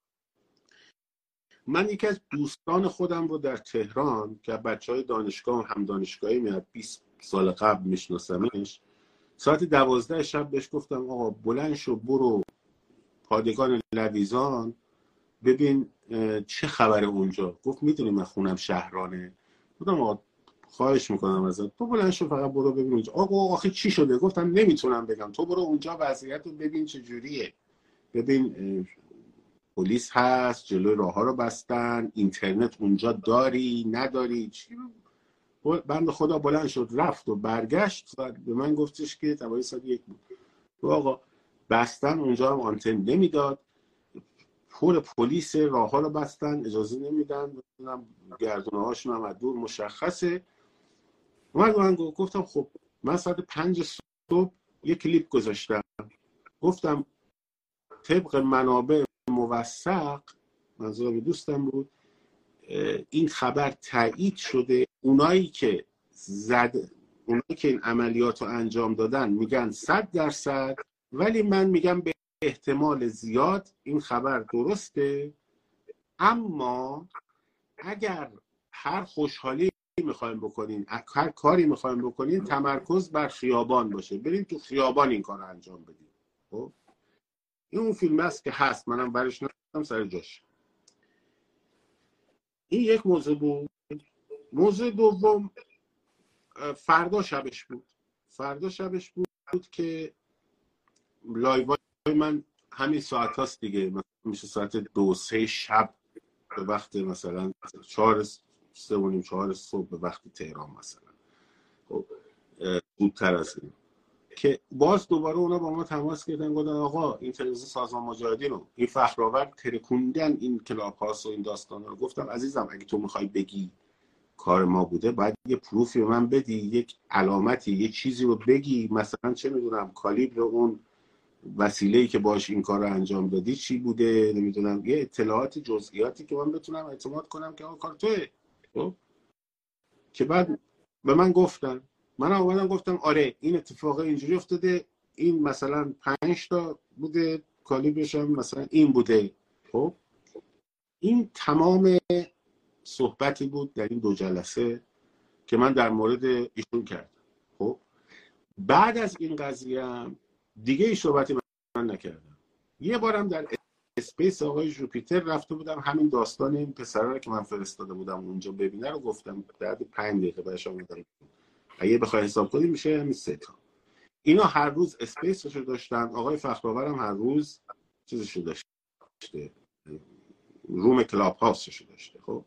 من یکی از دوستان خودم رو در تهران که بچهای دانشگاه هم دانشگاهی میاد بیست سال قبل میشناسمش، ساعت دوازده شب بهش گفتم آقا بلند شو برو پادگان لویزان ببین چه خبره اونجا. گفت میدونی من خونم شهرانه. گفتم آقا خواهش میکنم ازت تو بلند شو فقط برو ببین اونجا. آقا آخه چی شده؟ گفتم نمیتونم بگم، تو برو اونجا وضعیت رو ببین چه جوریه، ببین پلیس هست، جلوی راه ها رو بستن، اینترنت اونجا داری نداری چی. بنده خدا بلند شد رفت و برگشت به من گفتش که تبایی ساعت یک بود. تو آقا بستن اونجا هم آنتن نمیداد، پر پلیس راه ها رو بستن اجازه نمیدن، گردونه هاشون هم از دور مشخصه. اومد من گفتم خب من ساعت پنج صبح یک کلیپ گذاشتم، گفتم طبق منابع موثق، منظورم دوستم بود، این خبر تایید شده. اونایی که زد اونایی که این عملیات رو انجام دادن میگن صد درصد، ولی من میگم به احتمال زیاد این خبر درسته. اما اگر هر خوشحالی میخوایم بکنین، هر کاری میخوایم بکنین، تمرکز بر خیابان باشه، بریم تو خیابان این کار رو انجام بدیم. خب این اون فیلم است که هست، منم برش نمیدم سر جاش. این یک موضوع بود. موضوع دوم فردا شبش بود. فردا شبش بود, بود که لایوای من همین ساعت هاست دیگه، مثلا میشه ساعت دو سه شب به وقت مثلا چهار سه و نیم چهار صبح به وقت تهران مثلا، خب زودتر از این، که باز دوباره اونا با ما تماس گرفتن گفتن آقا این تلویزیون سازمان مجاهدین رو این فخرآور ترکوندن این کلاب هاست و این داستانا رو. گفتم عزیزم اگه تو میخوای بگی کار ما بوده باید یه پروفی به من بدی، یک علامتی، یه چیزی رو بگی، مثلا چه میدونم کالیبر اون وسیله‌ای که باش این کار رو انجام دادی چی بوده، نمیدونم یه اطلاعات جزئیاتی که من بتونم اعتماد کنم که آقا کار توئه. خب که بعد به من گفتن، من اومدم گفتم آره این اتفاق اینجوری افتاده، این مثلا پنج تا بوده کالیبرش هم مثلا این بوده. خب این تمام صحبتی بود در این دو جلسه که من در مورد ایشون کردم. خب بعد از این قضیه هم دیگه این صحبتی من نکردم. یه بارم در اسپیس آقای جوپیتر رفته بودم، همین داستان این پسرا رو که من فرستاده بودم اونجا ببینه رو گفتم، بعد پنج دقیقه بهش آمدم اگه بخوای حساب کنیم میشه همین سه تا. اینا هر روز اسپیسش رو داشتن، آقای فخرآور هم هر روز چیزش رو داشته، روم کلاب هاوسش رو داشته. خب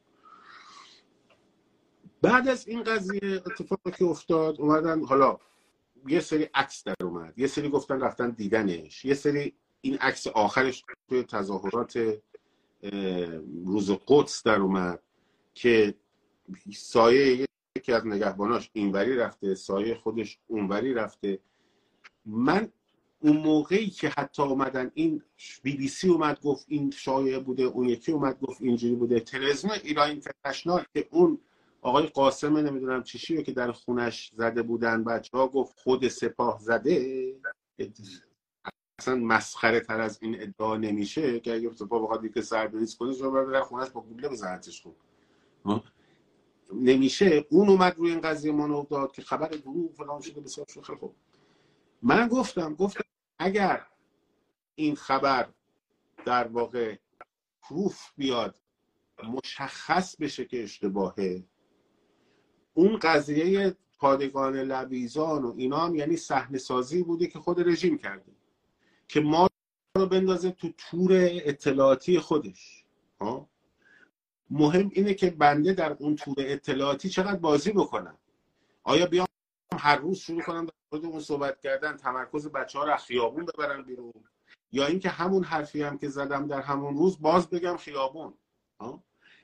بعد از این قضیه اتفاقی که افتاد اومدن حالا یه سری عکس در اومد، یه سری گفتن رفتن دیدنش، یه سری این عکس آخرش توی تظاهرات روز قدس در اومد که سایه یکی از نگهباناش اینوری رفته، سایه خودش اونوری رفته. من اون موقعی که حتی اومدن این بی بی سی اومد گفت این شایعه بوده، اون یکی اومد گفت اینجوری بوده، تلویزیون ایران اینترنشنال که اون آقای قاسم نمیدونم چیشیو که در خونش زده بودن بچه‌ها گفت خود سپاه زده، اصلا مسخره تر از این ادعا نمیشه که اگه سپاه بخواد یک سربریز کنه جو بره در خونش با گوله بزنتش. خب نمیشه. اون اومد روی این قضیه مانور داد که خبر دروغ فلان شده بسیار شده. خب من گفتم گفتم اگر این خبر در واقع پروف بیاد مشخص بشه که اشتباهه، اون قضیه پادگان لویزان و اینا هم یعنی صحنه سازی بوده که خود رژیم کرده که ما رو بندازه تو تور اطلاعاتی خودش. ها مهم اینه که بنده در اون تور اطلاعاتی چقدر بازی بکنم. آیا بیام هر روز شروع کنم در مورد اون صحبت کردن، تمرکز بچه‌ها رو از خیابون ببرم بیرون، یا اینکه همون حرفی هم که زدم در همون روز باز بگم خیابون. ها از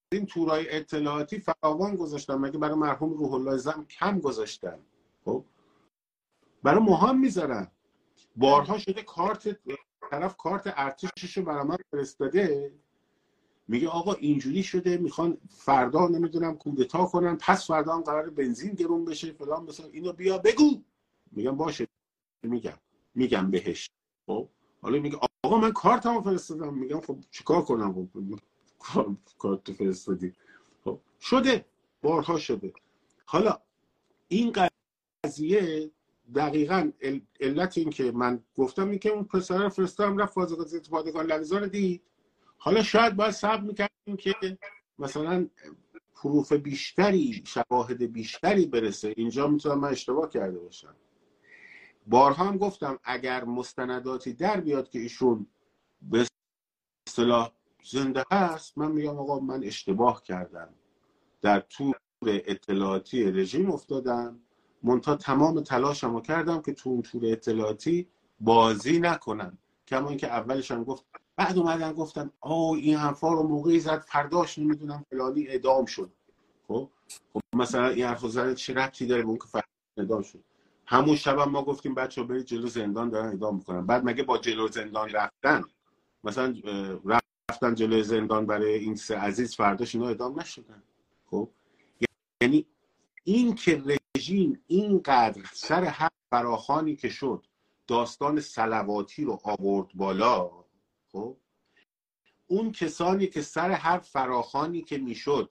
این تورای اطلاعاتی فراوان گذاشتم، مگه برای مرحوم روح الله زم کم گذاشتم؟ خب برای مهم میذارن. بارها شده کارت طرف کارت ارتششو برای من فرستاده، میگه آقا اینجوری شده، میخوان فردا نمیدونم کودتا کنن، پس فردا هم قرار بنزین گرون بشه فلان، مثلا اینو بیا بگو. میگم باشه، میگم میگم بهش. خب حالا میگه آقا من کارتمو فرستادم. میگم خب چیکار کنم؟ خب کارت فرستادی. خب شده، بارها شده. حالا این قضیه دقیقاً علت این که من گفتم این که اون پسر رو فرستادم رفت فاضل پادگان لویزا رو دید. حالا شاید باید صبر میکردیم که مثلا حروف بیشتری، شواهد بیشتری برسه. اینجا میتونم من اشتباه کرده باشم. بارها هم گفتم اگر مستنداتی در بیاد که ایشون به اصطلاح زنده هست، من میگم آقا من اشتباه کردم، در تور اطلاعاتی رژیم افتادم، منتها تمام تلاشمو کردم که تو اون تور اطلاعاتی بازی نکنم. کما اینکه اولش هم گفت، بعد اومدن گفتن آه این حرفا رو موقعی زد فرداش نمیدونم فلانی اعدام شد. خب خب مثلا این حرفو زدن چه ربطی داره به اون که فردا اعدام شد؟ همون شب هم ما گفتیم بچه‌ها برید جلو زندان دارن اعدام میکنن. بعد مگه با جلو زندان رفتن مثلا رفتن جلو زندان برای این سه عزیز فرداش اینا اعدام نشدن؟ خب یعنی این که رژیم اینقدر سر هر فراخانی که شد داستان صلواتی رو آورد بالا، خب اون کسانی که سر هر فراخانی که میشد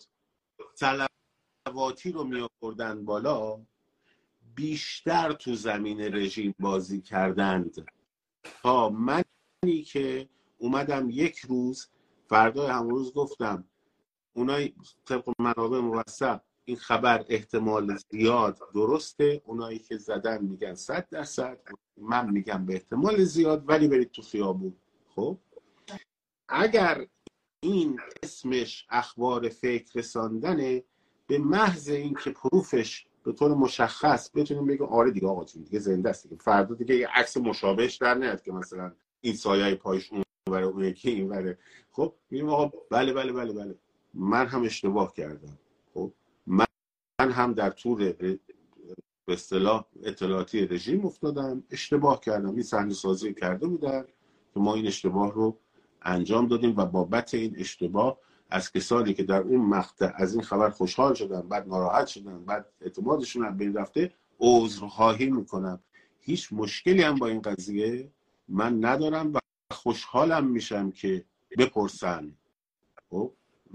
صلواتی رو می آوردن بالا بیشتر تو زمین رژیم بازی کردند تا منی که اومدم یک روز فردای همون روز گفتم اونایی طبق منابع موثق این خبر احتمال زیاد درسته، اونایی که زدن میگن صد درصد، من میگم به احتمال زیاد، ولی برید تو خیابون. خب اگر این اسمش اخبار فیک رساندنه، به محض این که پروفش به طور مشخص بتونیم بگیم آره دیگه آقا جون دیگه زنده است دیگه، فردا دیگه یه عکس مشابهش در نیاد که مثلا این سایه پایش اون وره اون یکی این وره. خب میگیم آقا بله بله بله بله من هم اشتباه کردم. خب من من هم در تور به اصطلاح اطلاعاتی رژیم افتادم، اشتباه کردم، این صحنه سازی کرده بودن که ما این اشتباه رو انجام دادیم و بابت این اشتباه از کسانی که در اون مقطع از این خبر خوشحال شدن بعد ناراحت شدن بعد اعتمادشون از بین رفته عذرخواهی میکنم. هیچ مشکلی هم با این قضیه من ندارم و خوشحالم میشم که بپرسن. خب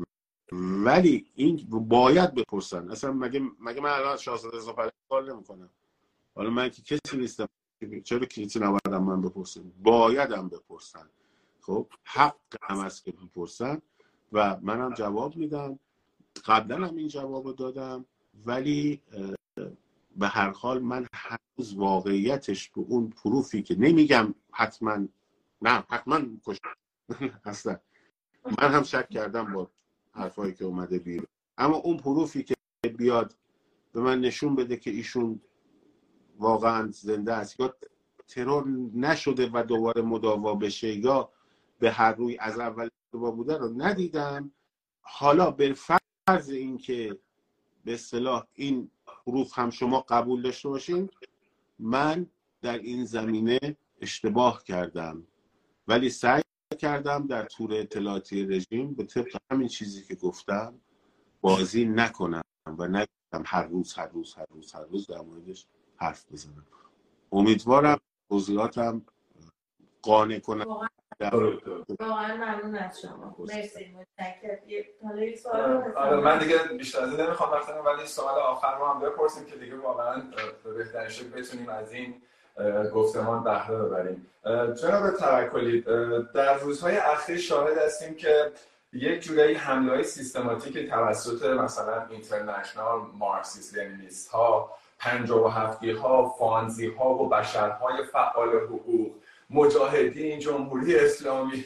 ولی این باید بپرسن. اصلا مگه مگه من الان شاهزاده زاپری کار نمیکنم؟ حالا من که کسی نیستم، چرا کسی نبایدم من بپرسن؟ بایدم بپرسن. خب حق هم است که بپرسن و منم جواب میدم. قبلا هم این جواب دادم، ولی به هر حال من هنوز واقعیتش به اون پروفی که نمیگم حتما نه حتما کشت اصلا من هم شک کردم با حرفایی که اومده بیرون، اما اون پروفی که بیاد به من نشون بده که ایشون واقعا زنده است یا ترور نشده و دوباره مداوا بشه یا به هر روی از اول اشتباه بوده رو ندیدم. حالا به فرض این که به اصطلاح این حروف هم شما قبول داشته باشین، من در این زمینه اشتباه کردم، ولی سعی کردم در تور اطلاعاتی رژیم به طبق همین چیزی که گفتم بازی نکنم و نگفتم هر روز هر روز هر روز هر روز در موردش حرف بزنم. امیدوارم توضیحاتم قانع کنم. واقعا ممنون از شما. مرسی. متشکرم. حالا یک سوال آره من دیگه بیشتر از این نمیخوام وقت کنم، ولی سوال آخر رو هم بپرسیم که دیگه واقعا به بهترین شکل بتونیم از این گفتمان بهره ببریم. جناب توکلی، در روزهای اخیر شاهد هستیم که یک جورایی حمله‌های سیستماتیک توسط مثلا اینترنشنال مارکسیست لنینیست ها، پنجاه و هفتی ها، فانزی ها و بشرهای فعال حقوق، مجاهدین جمهوری اسلامی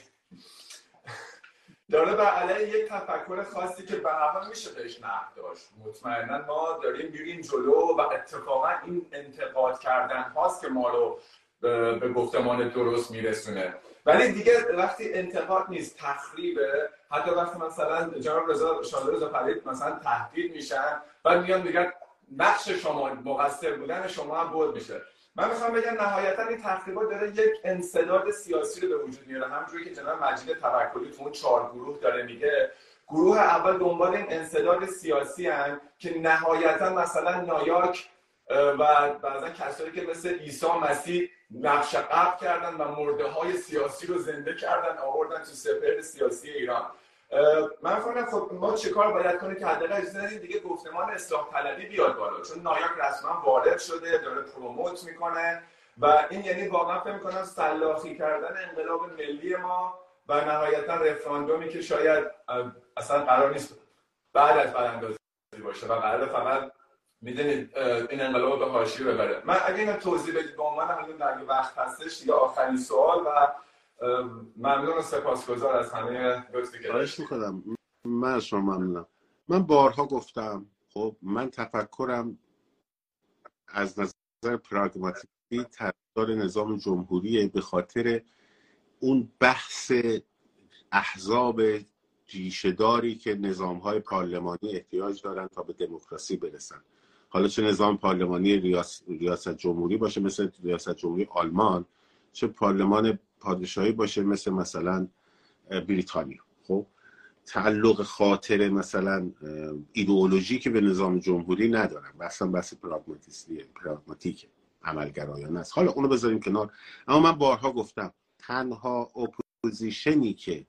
داره بر علیه یک تفکر خاصی که به هر حال میشه بهش نقد داشت. مطمئنا ما داریم میریم جلو و اتفاقا این انتقاد کردن هاست که ما رو به گفتمان درست میرسونه. ولی دیگه وقتی انتقاد نیست، تخریب، حتی وقتی مثلا جناب رضا شاهزاده رضا پهلوی مثلا تهدید میشن بعد میان میگن نقش شما مقصر بودن شما هم بود میشه. من میخوام بگم نهایتا این تخریبات داره یک انسداد سیاسی رو به وجود میاره، همونجوری که جناب مجید توکلی تو اون چهار گروه داره میگه. گروه اول دنبال این انسداد سیاسی هستند که نهایتا مثلا نایاک و بعضا کسایی که مثل عیسی مسیح نقش قبل کردن و مرده های سیاسی رو زنده کردن آوردن تو سپهر سیاسی ایران. من فکر خب ما چه کار باید کنیم که حداقل اجازه ندیم دیگه گفتمان اصلاح طلبی بیاد بالا، چون نایاک رسما وارد شده داره پروموت میکنه و این یعنی واقعا فکر میکنم سلاخی کردن انقلاب ملی ما و نهایتا رفراندومی که شاید اصلا قرار نیست بعد از براندازی باشه و قرار فقط میدونید این انقلاب به حاشیه ببره. من اگه اینو توضیح بدید به عنوان همین در وقت هستش دیگه آخرین سوال و ممنون و سپاسگزار از همه لطفی که خواهش میکنم. من از شما ممنونم. من بارها گفتم خب من تفکرم از نظر پراگماتیکی طرفدار نظام جمهوریه به خاطر اون بحث احزاب ریشه‌داری که نظام‌های پارلمانی احتیاج دارن تا به دموکراسی برسن. حالا چه نظام پارلمانی ریاست, ریاست جمهوری باشه مثل ریاست جمهوری آلمان، چه پارلمان پادشاهی باشه مثل مثلا بریتانیا. خب تعلق خاطر مثلا ایدئولوژی که به نظام جمهوری ندارن، اصلا بحث پراگماتیستی پراگماتیک عملگرایانه است. حالا اونو بذاریم کنار. اما من بارها گفتم تنها اپوزیشنی که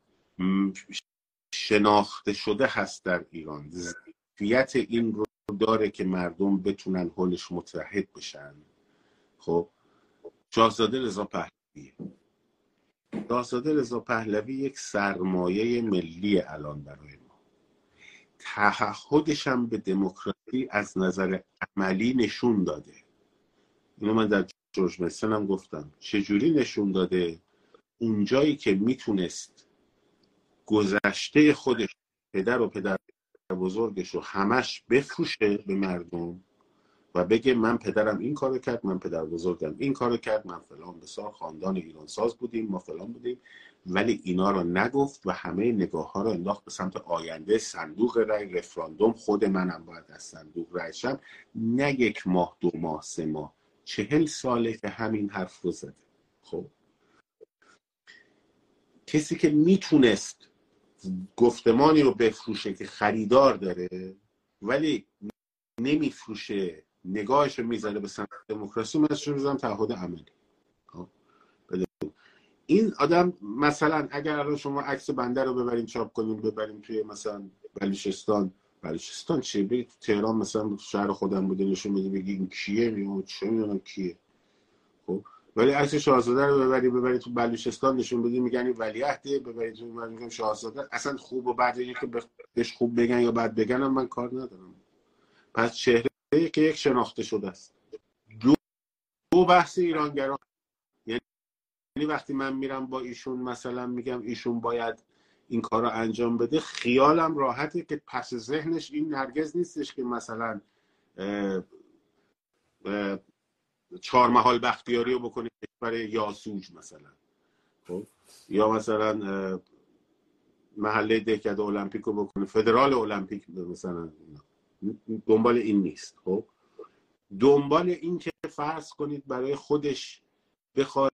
شناخته شده هست در ایران ظرفیت این رو داره که مردم بتونن حولش متحد بشن، خب شاهزاده رضا پهلوی. شاهزاده رضا پهلوی یک سرمایه ملی الان برای ما. تعهدش هم به دموکراسی از نظر عملی نشون داده. اینو من در جورج مسن هم گفتم. چجوری نشون داده؟ اونجایی که میتونست گذشته خودش، پدر و پدر بزرگش رو همش بفروشه به مردم و بگه من پدرم این کارو کرد، من پدر بزرگم این کارو کرد، من فلان بسار خاندان ایران ساز بودیم، ما فلان بودیم، ولی اینا رو نگفت و همه نگاه ها رو انداخت به سمت آینده، صندوق رای، رفراندوم. خود منم باید از صندوق رای شم. نه یک ماه، دو ماه، سه ماه، چهل ساله که همین حرف رو زده. خب کسی که میتونست گفتمانی رو بفروشه که خریدار داره ولی نمیفروشه، نگاهش رو میذاره به سمت دموکراسی، من ازش میذارم تعهد عملی. این آدم مثلا اگر الان شما عکس بنده رو ببریم چاپ کنیم ببریم توی مثلا بلوچستان، بلوچستان چیه؟ بگید تهران مثلا شهر خودم بوده نشون بده بگی این کیه؟ میگم چه میدونم کیه. خب ولی عکس شاهزاده رو ببری ببری تو بلوچستان نشون بدی میگن این ولیعهده، ببری تو من میگم شاهزاده. اصلا خوب و بد که بهش خوب بگن یا بد بگن من کار ندارم. پس چهره که یک شناخته شده است. دو, دو بحث ایرانگران، یعنی وقتی من میرم با ایشون مثلا میگم ایشون باید این کار رو انجام بده، خیالم راحته که پس ذهنش این هرگز نیستش که مثلا اه اه چهار محال بختیاری رو بکنه برای یاسوج مثلا، خب یا مثلا محله دهکده المپیک رو بکنه فدرال المپیک مثلا. دنبال این نیست. خب دنبال این که فرض کنید برای خودش بخواد